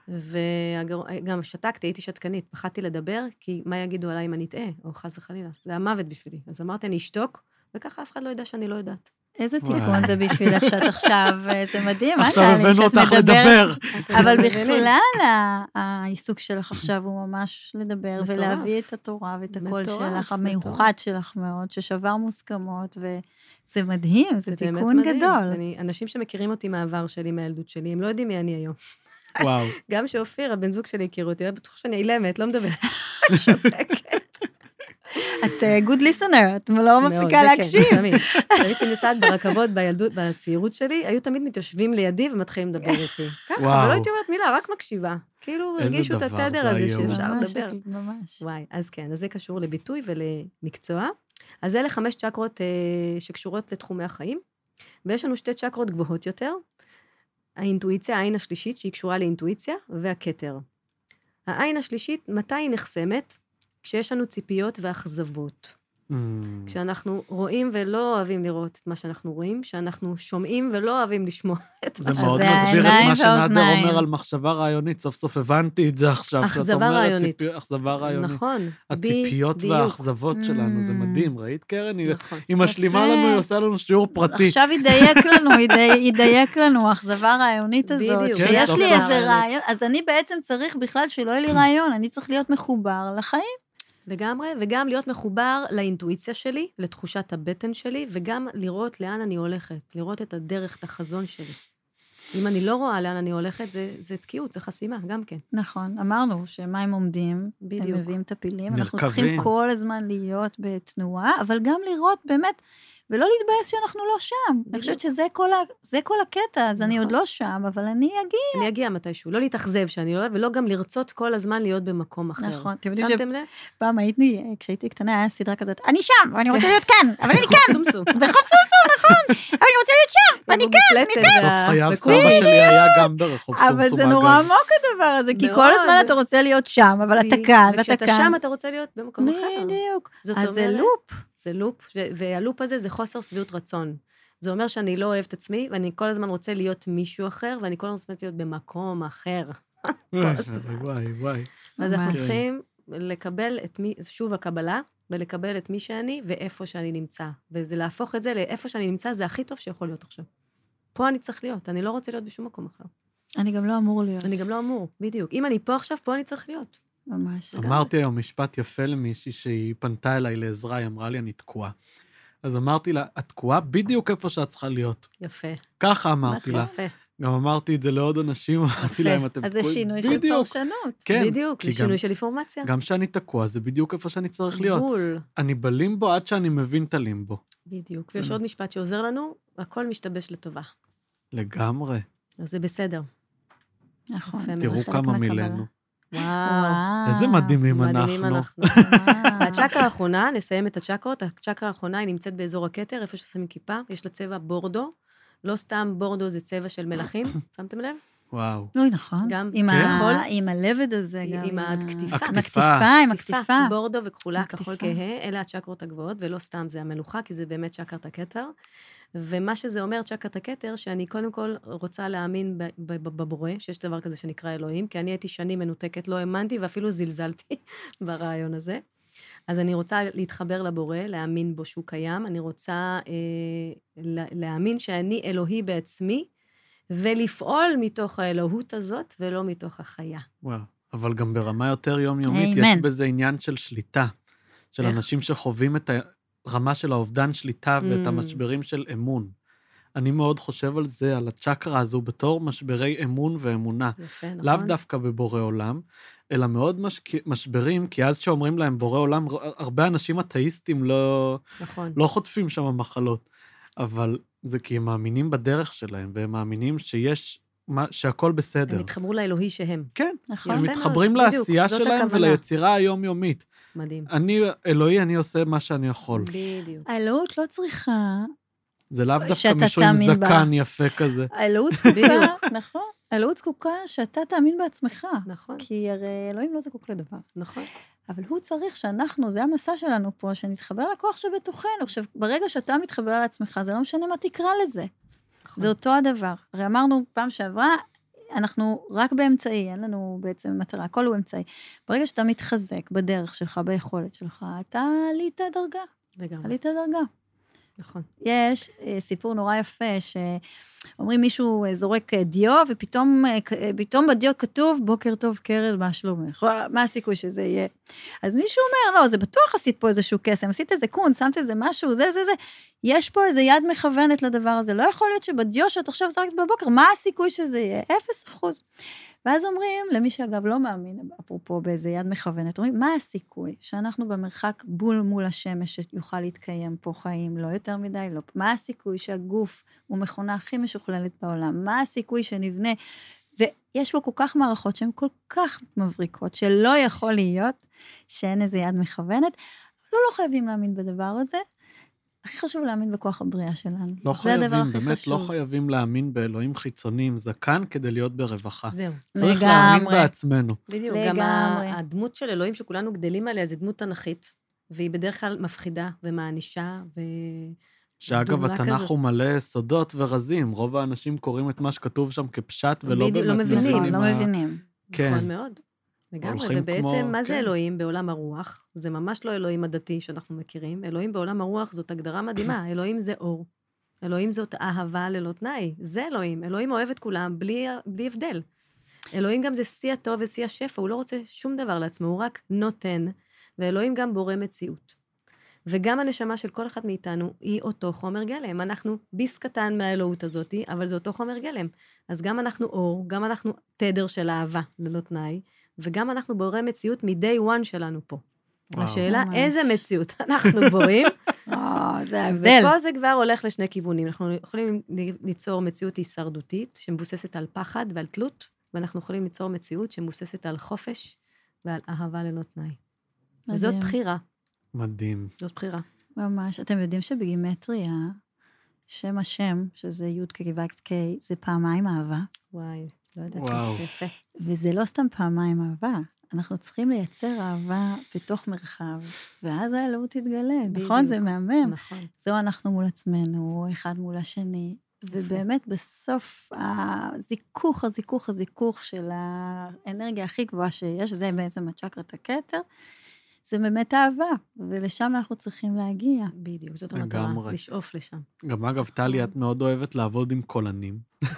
וגם שתקתי, הייתי שתקנית, פחדתי לדבר, כי מה יגידו עליי אם אני אטעה, או חס וחלילה. זה המוות בשבילי. אז אמרתי, אני אשתוק, וככה אף אחד לא ידע שאני לא יודעת. איזה תיקון זה בשבילך שאת עכשיו, זה מדהים, מה עכשיו טלי, הבאנו שאת אותך מדברת, לדבר. אבל בכלל ה- העיסוק שלך עכשיו הוא ממש לדבר, מטורף. ולהביא את התורה ואת הקול מטורף, שלך, מטורף. המיוחד שלך מאוד, ששבר מוסכמות, וזה מדהים, זה באמת תיקון מדהים. גדול. אני, אנשים שמכירים אותי מהעבר שלי, מהילדות שלי, הם לא יודעים מי אני היום. וואו. גם שאופיר, הבן זוג שלי הכיר אותי, היה בטוח שאני אילמת, לא מדברת. שותקת. את גוד ליסנר, את לא מפסיקה מאוד, זה להקשיב. כן, תמיד. תמיד שאני נוסעת ברכבות בילדות, בצעירות שלי, היו תמיד מתיישבים לידי ומתחילים לדבר איתי. ככה, וואו. ולא הייתי אומרת מילה, רק מקשיבה. כאילו, איזה הרגישו את דבר, התדר זה הזה הייאוש. שאפשר ממש, לדבר. ממש. וואי, אז כן, אז זה קשור לביטוי ולמקצוע. אז אלה חמש צ'קרות אה, שקשורות לתחומי החיים, ויש לנו שתי צ'קרות גבוהות יותר, האינטואיציה, העין השלישית, שהיא קשורה לאינטואיציה, והכתר. העין השלישית, מתי היא נחסמת? כשיש לנו ציפיות ואכזבות. Mm. כשאנחנו רואים ולא אוהבים לראות את מה שאנחנו רואים, כשאנחנו שומעים ולא אוהבים לשמוע את מה זה שאנחנו מאוד זה מסביר את העיניים מה שנאדר והאוזניים. אומר על מחשבה רעיונית, סוף סוף הבנתי את זה עכשיו. שאת אכזבה אומרת רעיונית. ציפי- אכזבה רעיונית. נכון. הציפיות בדיוק. והאכזבות שלנו, זה Mm. מדהים, ראית קרן? היא- נכון. היא משלימה יפה. לנו, היא עושה לנו שיעור פרטי. עכשיו ידייק לנו, ידי- ידייק לנו, האכזבה הרעיונית הזאת, בדיוק. כן, שיש סוף לי סוף. איזה רעיון, אז אני בעצם צריך בכלל שלא יהיה לי רעיון, אני צריך להיות מחובר לחיים. לגמרי, וגם להיות מחובר לאינטואיציה שלי, לתחושת הבטן שלי, וגם לראות לאן אני הולכת, לראות את הדרך, את החזון שלי. אם אני לא רואה לאן אני הולכת, זה, זה תקיעות, זה חסימה, גם כן. נכון, אמרנו שמים עומדים, בדיוק. הם מביאים את הפילים, אנחנו נרקבים. צריכים כל הזמן להיות בתנועה, אבל גם לראות באמת, ולא להתבאס שאנחנו לא שם. אני חושבת שזה כל, ה, זה כל הקטע, אז אני נכון. עוד לא שם, אבל אני אגיע. אני אגיע מתישהו, לא להתאכזב שאני לא אוהב, ולא גם לרצות כל הזמן להיות במקום אחר. נכון, אתם יודעים שמתם לב? שפעם הייתי, כשהייתי קטנה, היה סדרה כזאת, אני שם, ואני רוצה להיות כאן, אבל אני כאן, סומסום. בחוף סומסום, נכון, אבל אני רוצה להיות שם, ואני כאן. בסוף חייו סבא שלי היה גם ברחוב סומסום. אבל זה אגב. נורא עמוק הדבר הזה, כי כל מאוד. הזמן אתה רוצה להיות שם, אבל אתה כאן, ואתה וכשאתה כאן. שם, אתה רוצה להיות במקום אחר. בדיוק. זאת אז זה אומרת- לופ. זה לופ, ו- והלופ הזה זה חוסר שביעות רצון. זה אומר שאני לא אוהב את עצמי, ואני כל הזמן רוצה להיות מישהו אחר, ואני כל הזמן רוצה להיות במקום אחר. וואי, וואי. אז אנחנו ממש. צריכים לקבל את מי, שוב הקבלה, ולקבל את מי שאני ואיפה שאני נמצא. וזה להפוך את זה לאיפה שאני נמצא, זה הכי טוב שיכול להיות עכשיו. פה אני צריך להיות, אני לא רוצה להיות בשום מקום אחר. אני גם לא אמור להיות. אני גם לא אמור, בדיוק. אם אני פה עכשיו, פה אני צריך להיות. ממש. אמרתי היום משפט יפה למישהי שהיא פנתה אליי לעזרה, היא אמרה לי, אני תקועה. אז אמרתי לה, את תקועה בדיוק איפה שאת צריכה להיות. יפה. ככה אמרתי לה. יפה. גם אמרתי את זה לעוד אנשים, אמרתי להם, אתם אז זה תקועים. שינוי של בדיוק, פרשנות. כן. בדיוק, כי זה שינוי גם- של אינפורמציה. גם כשאני תקוע, זה בדיוק איפה שאני צריך להיות. בול. אני בלימבו עד שאני מבין את הלימבו. בדיוק. ויש עוד משפט שעוזר לנו, הכל משתבש לטובה. לגמרי. אז זה בסדר. נכון. יפה מאוד. תראו חלק כמה מהקבלה. מילאנו. וואו. וואו. איזה מדהימים מדהימים אנחנו. אנחנו. וואו. והצ'קרה האחרונה, נסיים את הצ'קרות, הצ'קרה האחרונה היא נמצאת באזור הכתר, איפה ששמים כיפה, יש לה צבע בורדו, לא סתם בורדו זה צבע של מלכים, שמתם לב? וואו. אוי, נכון. גם עם כן. ה- כחול. עם הלבד הזה גם. עם ה- הכתיפה. עם הכתיפה. הכתיפה, עם הכתיפה. בורדו וכחולה, הכתיפה. כחול כהה, אלה הצ'קרות הגבוהות, ולא סתם זה המלוכה, כי זה באמת צ'קרת הכתר. ומה שזה אומר, צ'קרת הכתר, שאני קודם כל רוצה להאמין ב- ב- בבורא, שיש דבר כזה שנקרא אלוהים, כי אני הייתי שנים מנותקת, לא האמנתי ואפילו זלזלתי ברעיון הזה. אז אני רוצה להתחבר לבורא, להאמין בו שהוא קיים, אני רוצה אה, לה- להאמין שאני אלוהי בעצמי, ולפעול מתוך האלוהות הזאת, ולא מתוך החיה. וואו. אבל גם ברמה יותר יומיומית, יש אמן. בזה עניין של שליטה. של איך? אנשים שחווים את הרמה של האובדן שליטה ואת Mm. המשברים של אמון. אני מאוד חושב על זה, על הצ'קרה הזו, בתור משברי אמון ואמונה. יפה, נכון? לאו דווקא בבורא עולם, אלא מאוד משק... משברים, כי אז שאומרים להם בורא עולם, הרבה אנשים אתאיסטים לא, נכון. לא חוטפים שם מחלות. אבל זה כי הם מאמינים בדרך שלהם, והם מאמינים שיש, מה, שהכל בסדר. הם התחברו לאלוהי שהם. כן, נכון. הם יפה מאוד, מתחברים בדיוק, לעשייה זאת שלהם הכוונה. וליצירה היומיומית. מדהים. אני, אלוהי, אני עושה מה שאני יכול. בדיוק. האלוהות לא צריכה... זה לאו דווקא שאתה מישהו עם תאמין בה. זקן יפה כזה. האלוהות זקוקה, נכון. האלוהות זקוקה שאתה תאמין בעצמך. נכון, כי הרי אלוהים לא זקוק לדבר. נכון. אבל הוא צריך שאנחנו, זה המסע שלנו פה, שנתחבר לכוח שבתוכנו. עכשיו, ברגע שאתה מתחבר לעצמך, זה לא משנה מה תקרא לזה. נכון. זה אותו הדבר. הרי אמרנו פעם שעברה, אנחנו רק באמצעי, אין לנו בעצם מטרה, הכל הוא אמצעי. ברגע שאתה מתחזק בדרך שלך, ביכולת שלך, אתה עלית דרגה. לגמרי. עלית דרגה. נכון. יש סיפור נורא יפה, שאומרים מישהו זורק דיו, ופתאום פתאום בדיו כתוב, בוקר טוב קרל, מה שלומך? מה הסיכוי שזה יהיה? אז מישהו אומר, לא, זה בטוח עשית פה איזשהו קסם, עשית איזה קון, שמת איזה משהו, זה, זה, זה. יש פה איזה יד מכוונת לדבר הזה, לא יכול להיות שבדיו שאת עכשיו זרקת בבוקר, מה הסיכוי שזה יהיה? אפס אחוז. ואז אומרים, למי שאגב לא מאמין, אפרופו באיזה יד מכוונת, אומרים, מה הסיכוי שאנחנו במרחק בול מול השמש שיוכל להתקיים פה חיים, לא יותר מדי, לא. מה הסיכוי שהגוף הוא מכונה הכי משוכללת בעולם? מה הסיכוי שנבנה? ויש פה כל כך מערכות שהן כל כך מבריקות, שלא יכול להיות שאין איזה יד מכוונת, לא, לא חייבים להאמין בדבר הזה, הכי חשוב להאמין בכוח הבריאה שלנו. לא חייבים, באמת חשוב. לא חייבים להאמין באלוהים חיצוניים זקן כדי להיות ברווחה. זהו. צריך לגמרי. להאמין בעצמנו. בדיוק, לגמרי. גם הדמות של אלוהים שכולנו גדלים עליה, זה דמות תנכית, והיא בדרך כלל מפחידה ומענישה ו... שאגב, התנ"ך הוא מלא סודות ורזים, רוב האנשים קוראים את מה שכתוב שם כפשט, ולא באמת לא מבינים. לא מבינים. כן. נכון מאוד. לגמרי, ובעצם כמו, מה כן. זה אלוהים בעולם הרוח? זה ממש לא אלוהים הדתי שאנחנו מכירים, אלוהים בעולם הרוח זאת הגדרה מדהימה, אלוהים זה אור, אלוהים זאת אהבה ללא תנאי, זה אלוהים, אלוהים אוהב את כולם בלי, בלי הבדל. אלוהים גם זה שיא הטוב ושיא השפע, הוא לא רוצה שום דבר לעצמו, הוא רק נותן, ואלוהים גם בורא מציאות. וגם הנשמה של כל אחד מאיתנו היא אותו חומר גלם, אנחנו ביס קטן מהאלוהות הזאת, אבל זה אותו חומר גלם. אז גם אנחנו אור, גם אנחנו תדר של אהבה ללא תנאי, וגם אנחנו בורא מציאות מ-day one שלנו פה. וואו. השאלה, ממש. איזה מציאות אנחנו בוראים? זה ההבדל. ופה זה כבר הולך לשני כיוונים. אנחנו יכולים ליצור מציאות הישרדותית, שמבוססת על פחד ועל תלות, ואנחנו יכולים ליצור מציאות שמבוססת על חופש ועל אהבה ללא תנאי. מדהים. וזאת בחירה. מדהים. זאת בחירה. ממש. אתם יודעים שבגימטריה, שם השם, שזה י' כ' ו' כ', זה פעמיים אהבה. וואי. לא יודעת, יפה. וזה לא סתם פעמיים אהבה, אנחנו צריכים לייצר אהבה בתוך מרחב, ואז האלוהות תתגלה, נכון? זה מהמם. נכון. זהו אנחנו מול עצמנו, אחד מול השני, ובאמת בסוף הזיכוך, הזיכוך, הזיכוך של האנרגיה הכי גבוהה שיש, זה בעצם הצ'קרת הכתר, זה באמת אהבה, ולשם אנחנו צריכים להגיע. בדיוק, זאת המטרה, לשאוף לשם. גם אגב, טלי, את מאוד אוהבת לעבוד עם קולנים.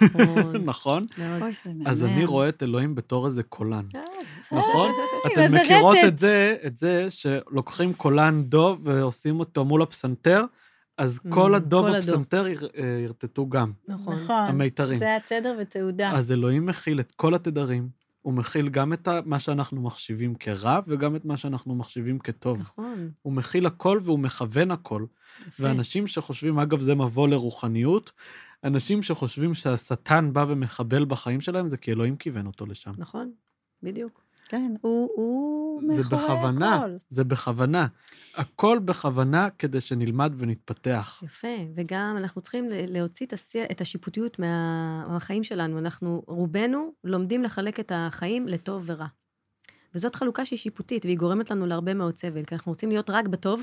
נכון? אז אני רואה את אלוהים בתור איזה קולן. נכון? אתן מכירות את זה, את זה שלוקחים קולן דו ועושים אותו מול הפסנתר, אז כל הדו בפסנתר ירטטו גם. נכון. המיתרים. זה התדר ותעודה. אז אלוהים מכיל את כל התדרים, הוא מכיל גם את מה שאנחנו מחשיבים כרע, וגם את מה שאנחנו מחשיבים כטוב. נכון. הוא מכיל הכל והוא מכוון הכל. יפה. ואנשים שחושבים, אגב, זה מבוא לרוחניות, אנשים שחושבים שהשטן בא ומחבל בחיים שלהם, זה כי אלוהים כיוון אותו לשם. נכון, בדיוק. כן, הוא, הוא זה בכוונה, הכל. זה בכוונה. הכל בכוונה כדי שנלמד ונתפתח. יפה, וגם אנחנו צריכים להוציא את השיפוטיות מהחיים שלנו. אנחנו, רובנו, לומדים לחלק את החיים לטוב ורע. וזאת חלוקה שהיא שיפוטית, והיא גורמת לנו להרבה מאוד סבל, כי אנחנו רוצים להיות רק בטוב,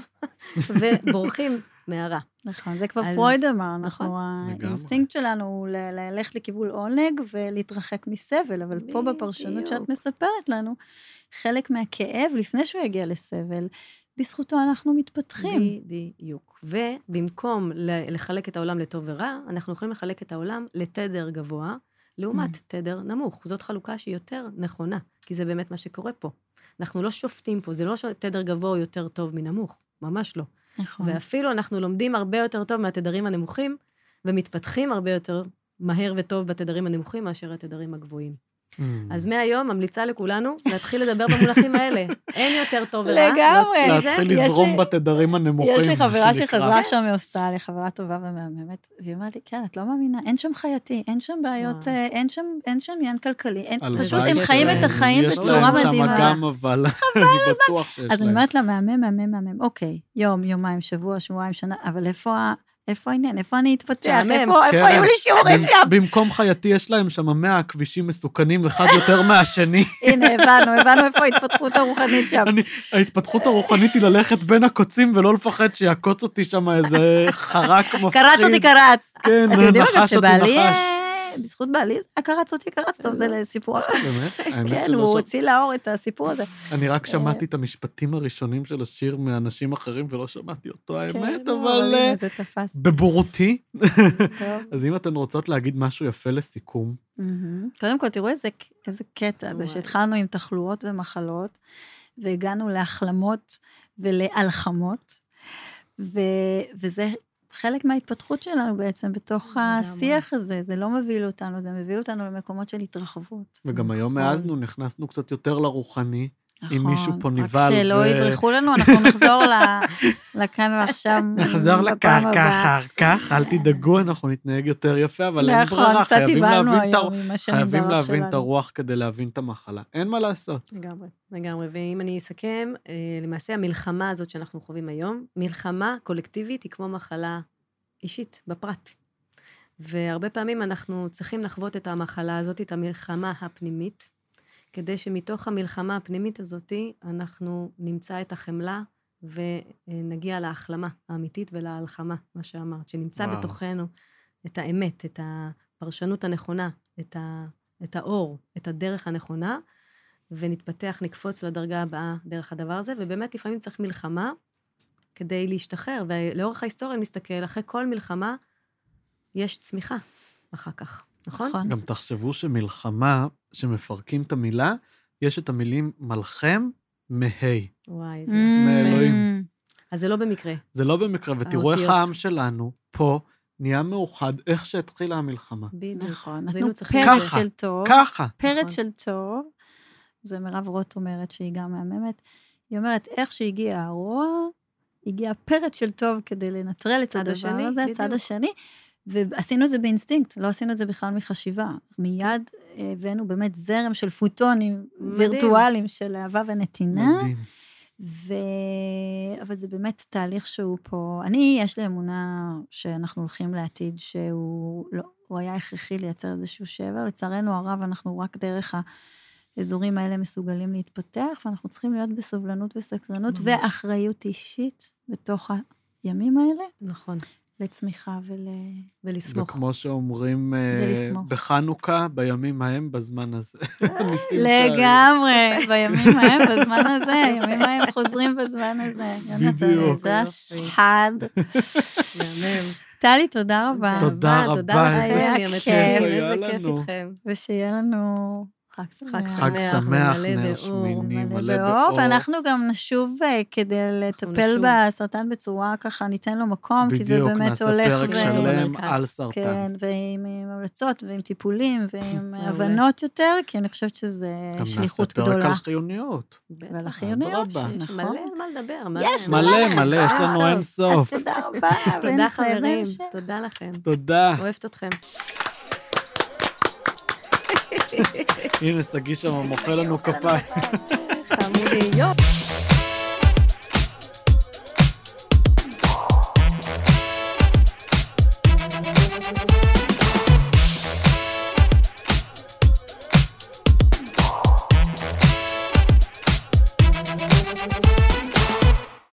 ובורחים מהרע. נכון, זה כבר פרויד אמר, אנחנו, האינסטינקט שלנו הוא ללכת לכיוון עונג, ולהתרחק מסבל, אבל פה בפרשנות שאת מספרת לנו, חלק מהכאב, לפני שהוא יגיע לסבל, בזכותו אנחנו מתפתחים. בדיוק. ובמקום לחלק את העולם לטוב ורע, אנחנו יכולים לחלק את העולם לתדר גבוה, לעומת תדר נמוך. זאת חלוקה שהיא יותר נכונה, כי זה באמת מה שקורה פה. אנחנו לא שופטים פה, זה לא שתדר גבוה הוא יותר טוב מנמוך, ממש לא. נכון. ואפילו אנחנו לומדים הרבה יותר טוב מהתדרים הנמוכים, ומתפתחים הרבה יותר מהר וטוב בתדרים הנמוכים, מאשר התדרים הגבוהים. אז מהיום ממליצה לכולנו להתחיל לדבר במונחים האלה. אין יותר טוב ורע. לגמרי. להתחיל לזרום בתדרים הנמוכים. יש לי חברה שחזרה שם מאוסטרליה, חברה טובה ומהממת, והיא אומרת לי, כן, את לא מאמינה, אין שם חייתי, אין שם בעיות, אין שם עניין כלכלי, פשוט הם חיים את החיים בצורה מדהימה. יש להם שם גם, אבל אני בטוח שיש להם. אז אני אומרת לה, מהמם, מהמם, מהמם, אוקיי, יום, יומיים, שבוע, שבועיים, שנה, אבל איפה ה... איפה העניין? איפה אני אתפתח? איפה היו לי שיעורים שם? במקום חייתי יש להם שם מאה כבישים מסוכנים, אחד יותר מהשני. הנה, הבנו, הבנו איפה ההתפתחות הרוחנית שם. ההתפתחות הרוחנית היא ללכת בין הקוצים, ולא לפחד שיעקוץ אותי שם איזה חרק מפחיד. קרץ אותי קרץ. כן, נחש אותי נחש. בזכות בעלי, זה קרץ אותי, קרץ טוב, זה לסיפור אחר. באמת? האמת כן, שלא הוא שם- הוציא לאור את הסיפור הזה. אני רק שמעתי את המשפטים הראשונים של השיר מאנשים אחרים, ולא שמעתי אותו, האמת, כן, אבל הנה, אה, זה תפס. בבורותי. טוב. אז אם אתן רוצות להגיד משהו יפה לסיכום, מהמם. קודם כל, תראו איזה, איזה קטע זה, וואי. שהתחלנו עם תחלואות ומחלות, והגענו להחלמות ולהלחמות, ו, וזה חלק מההתפתחות שלנו בעצם, בתוך לגמרי. השיח הזה, זה לא מביא אותנו, זה מביא אותנו למקומות של התרחבות. וגם היום נכון. העזנו, נכנסנו קצת יותר לרוחני, אם נכון, מישהו פה רק נבהל שלא ו- יברחו לנו, אנחנו נחזור ל- לכאן ועכשיו. נחזור בפעם לקרקע הבאה. אחר כך, אל תדאגו, אנחנו נתנהג יותר יפה, אבל אין נכון, ברירה, קצת חייבים הבנו להבין את היום ה- עם השנים חייבים דרך להבין את שלנו. הרוח כדי להבין את המחלה. אין מה לעשות. לגמרי, לגמרי. ואם אני אסכם, אה, למעשה המלחמה הזאת שאנחנו חווים היום, מלחמה קולקטיבית היא כמו מחלה אישית, בפרט. והרבה פעמים אנחנו צריכים לחוות את המחלה הזאת, את המלחמה הפנימית, כדי שמתוך המלחמה הפנימית הזאת, אנחנו נמצא את החמלה, ונגיע להחלמה האמיתית ולהלחמה, מה שאמרת, שנמצא וואו. בתוכנו את האמת, את הפרשנות הנכונה, את, ה, את האור, את הדרך הנכונה, ונתפתח, נקפוץ לדרגה הבאה דרך הדבר הזה, ובאמת לפעמים צריך מלחמה כדי להשתחרר, ולאורך ההיסטוריה נסתכל, אחרי כל מלחמה יש צמיחה אחר כך, נכון? נכון. גם תחשבו שמלחמה, שמפרקים את המילה, יש את המילים מלחם מהי. וואי, זה... Mm. מאלוהים. אז זה לא במקרה. זה לא במקרה, ותראו איך האותיות. העם שלנו פה נהיה מאוחד, איך שהתחילה המלחמה. בדיוק. נכון, אז היינו נתנו צריכים- פרץ ככה, של טוב. ככה. פרץ נכון. של טוב, זה מירב רוט אומרת שהיא גם מהממת, היא אומרת, איך שהגיע הרוע, הגיע פרץ של טוב כדי לנטרל את הצד הדבר השני, הזה, הצד בדיוק. השני, ועשינו את זה באינסטינקט, לא עשינו את זה בכלל מחשיבה. מיד הבאנו באמת זרם של פוטונים מדהים. וירטואליים של אהבה ונתינה, מדהים. ו... אבל זה באמת תהליך שהוא פה, אני, יש לי אמונה שאנחנו הולכים לעתיד שהוא לא, הוא היה הכרחי לייצר איזשהו שבר, לצערנו הרב אנחנו רק דרך האזורים האלה מסוגלים להתפתח, ואנחנו צריכים להיות בסובלנות וסקרנות, ממש. ואחריות אישית בתוך הימים האלה, נכון. לצמיחה ול... ולסמוך. וכמו שאומרים אה, ולסמוך. בחנוכה, בימים ההם, בזמן הזה. ניסים שהיו. לגמרי, בימים ההם, בזמן הזה, הימים ההם חוזרים בזמן הזה. יונתן, בדיוק. זה השחד. מהמם. טלי, תודה רבה. תודה רבה, תודה איזה לכם, כיף. המתוקים, היה איזה כיף לנו. איתכם. ושיהיה לנו חג שמח. חג חג שמח שמח, ומלא נר באור. שמיני, מלא מלא באור, באור. ואנחנו גם נשוב אה, כדי לטפל נשוב. בסרטן בצורה ככה, ניתן לו מקום, כי זה בדיוק, באמת נעשה הולך פרק ו... שלם במרכז. על סרטן. כן, ועם עם המלצות ועם טיפולים ועם מעולה. הבנות יותר, כי אני חושבת שזה גם שליחות נעשה פרק גדולה. על חיוניות. בטח. ועל החיוניות, אדרבה. יש נכון. מלא על מה לדבר. יש מלא, לך, מלא, יש לנו אין אז סוף. תודה רבה. תודה ונתראה חברים, בהמשך. תודה לכם. תודה. אוהבת אתכם. הנה, שגיא שם מוחא לנו כפיים. חמודי, יופי.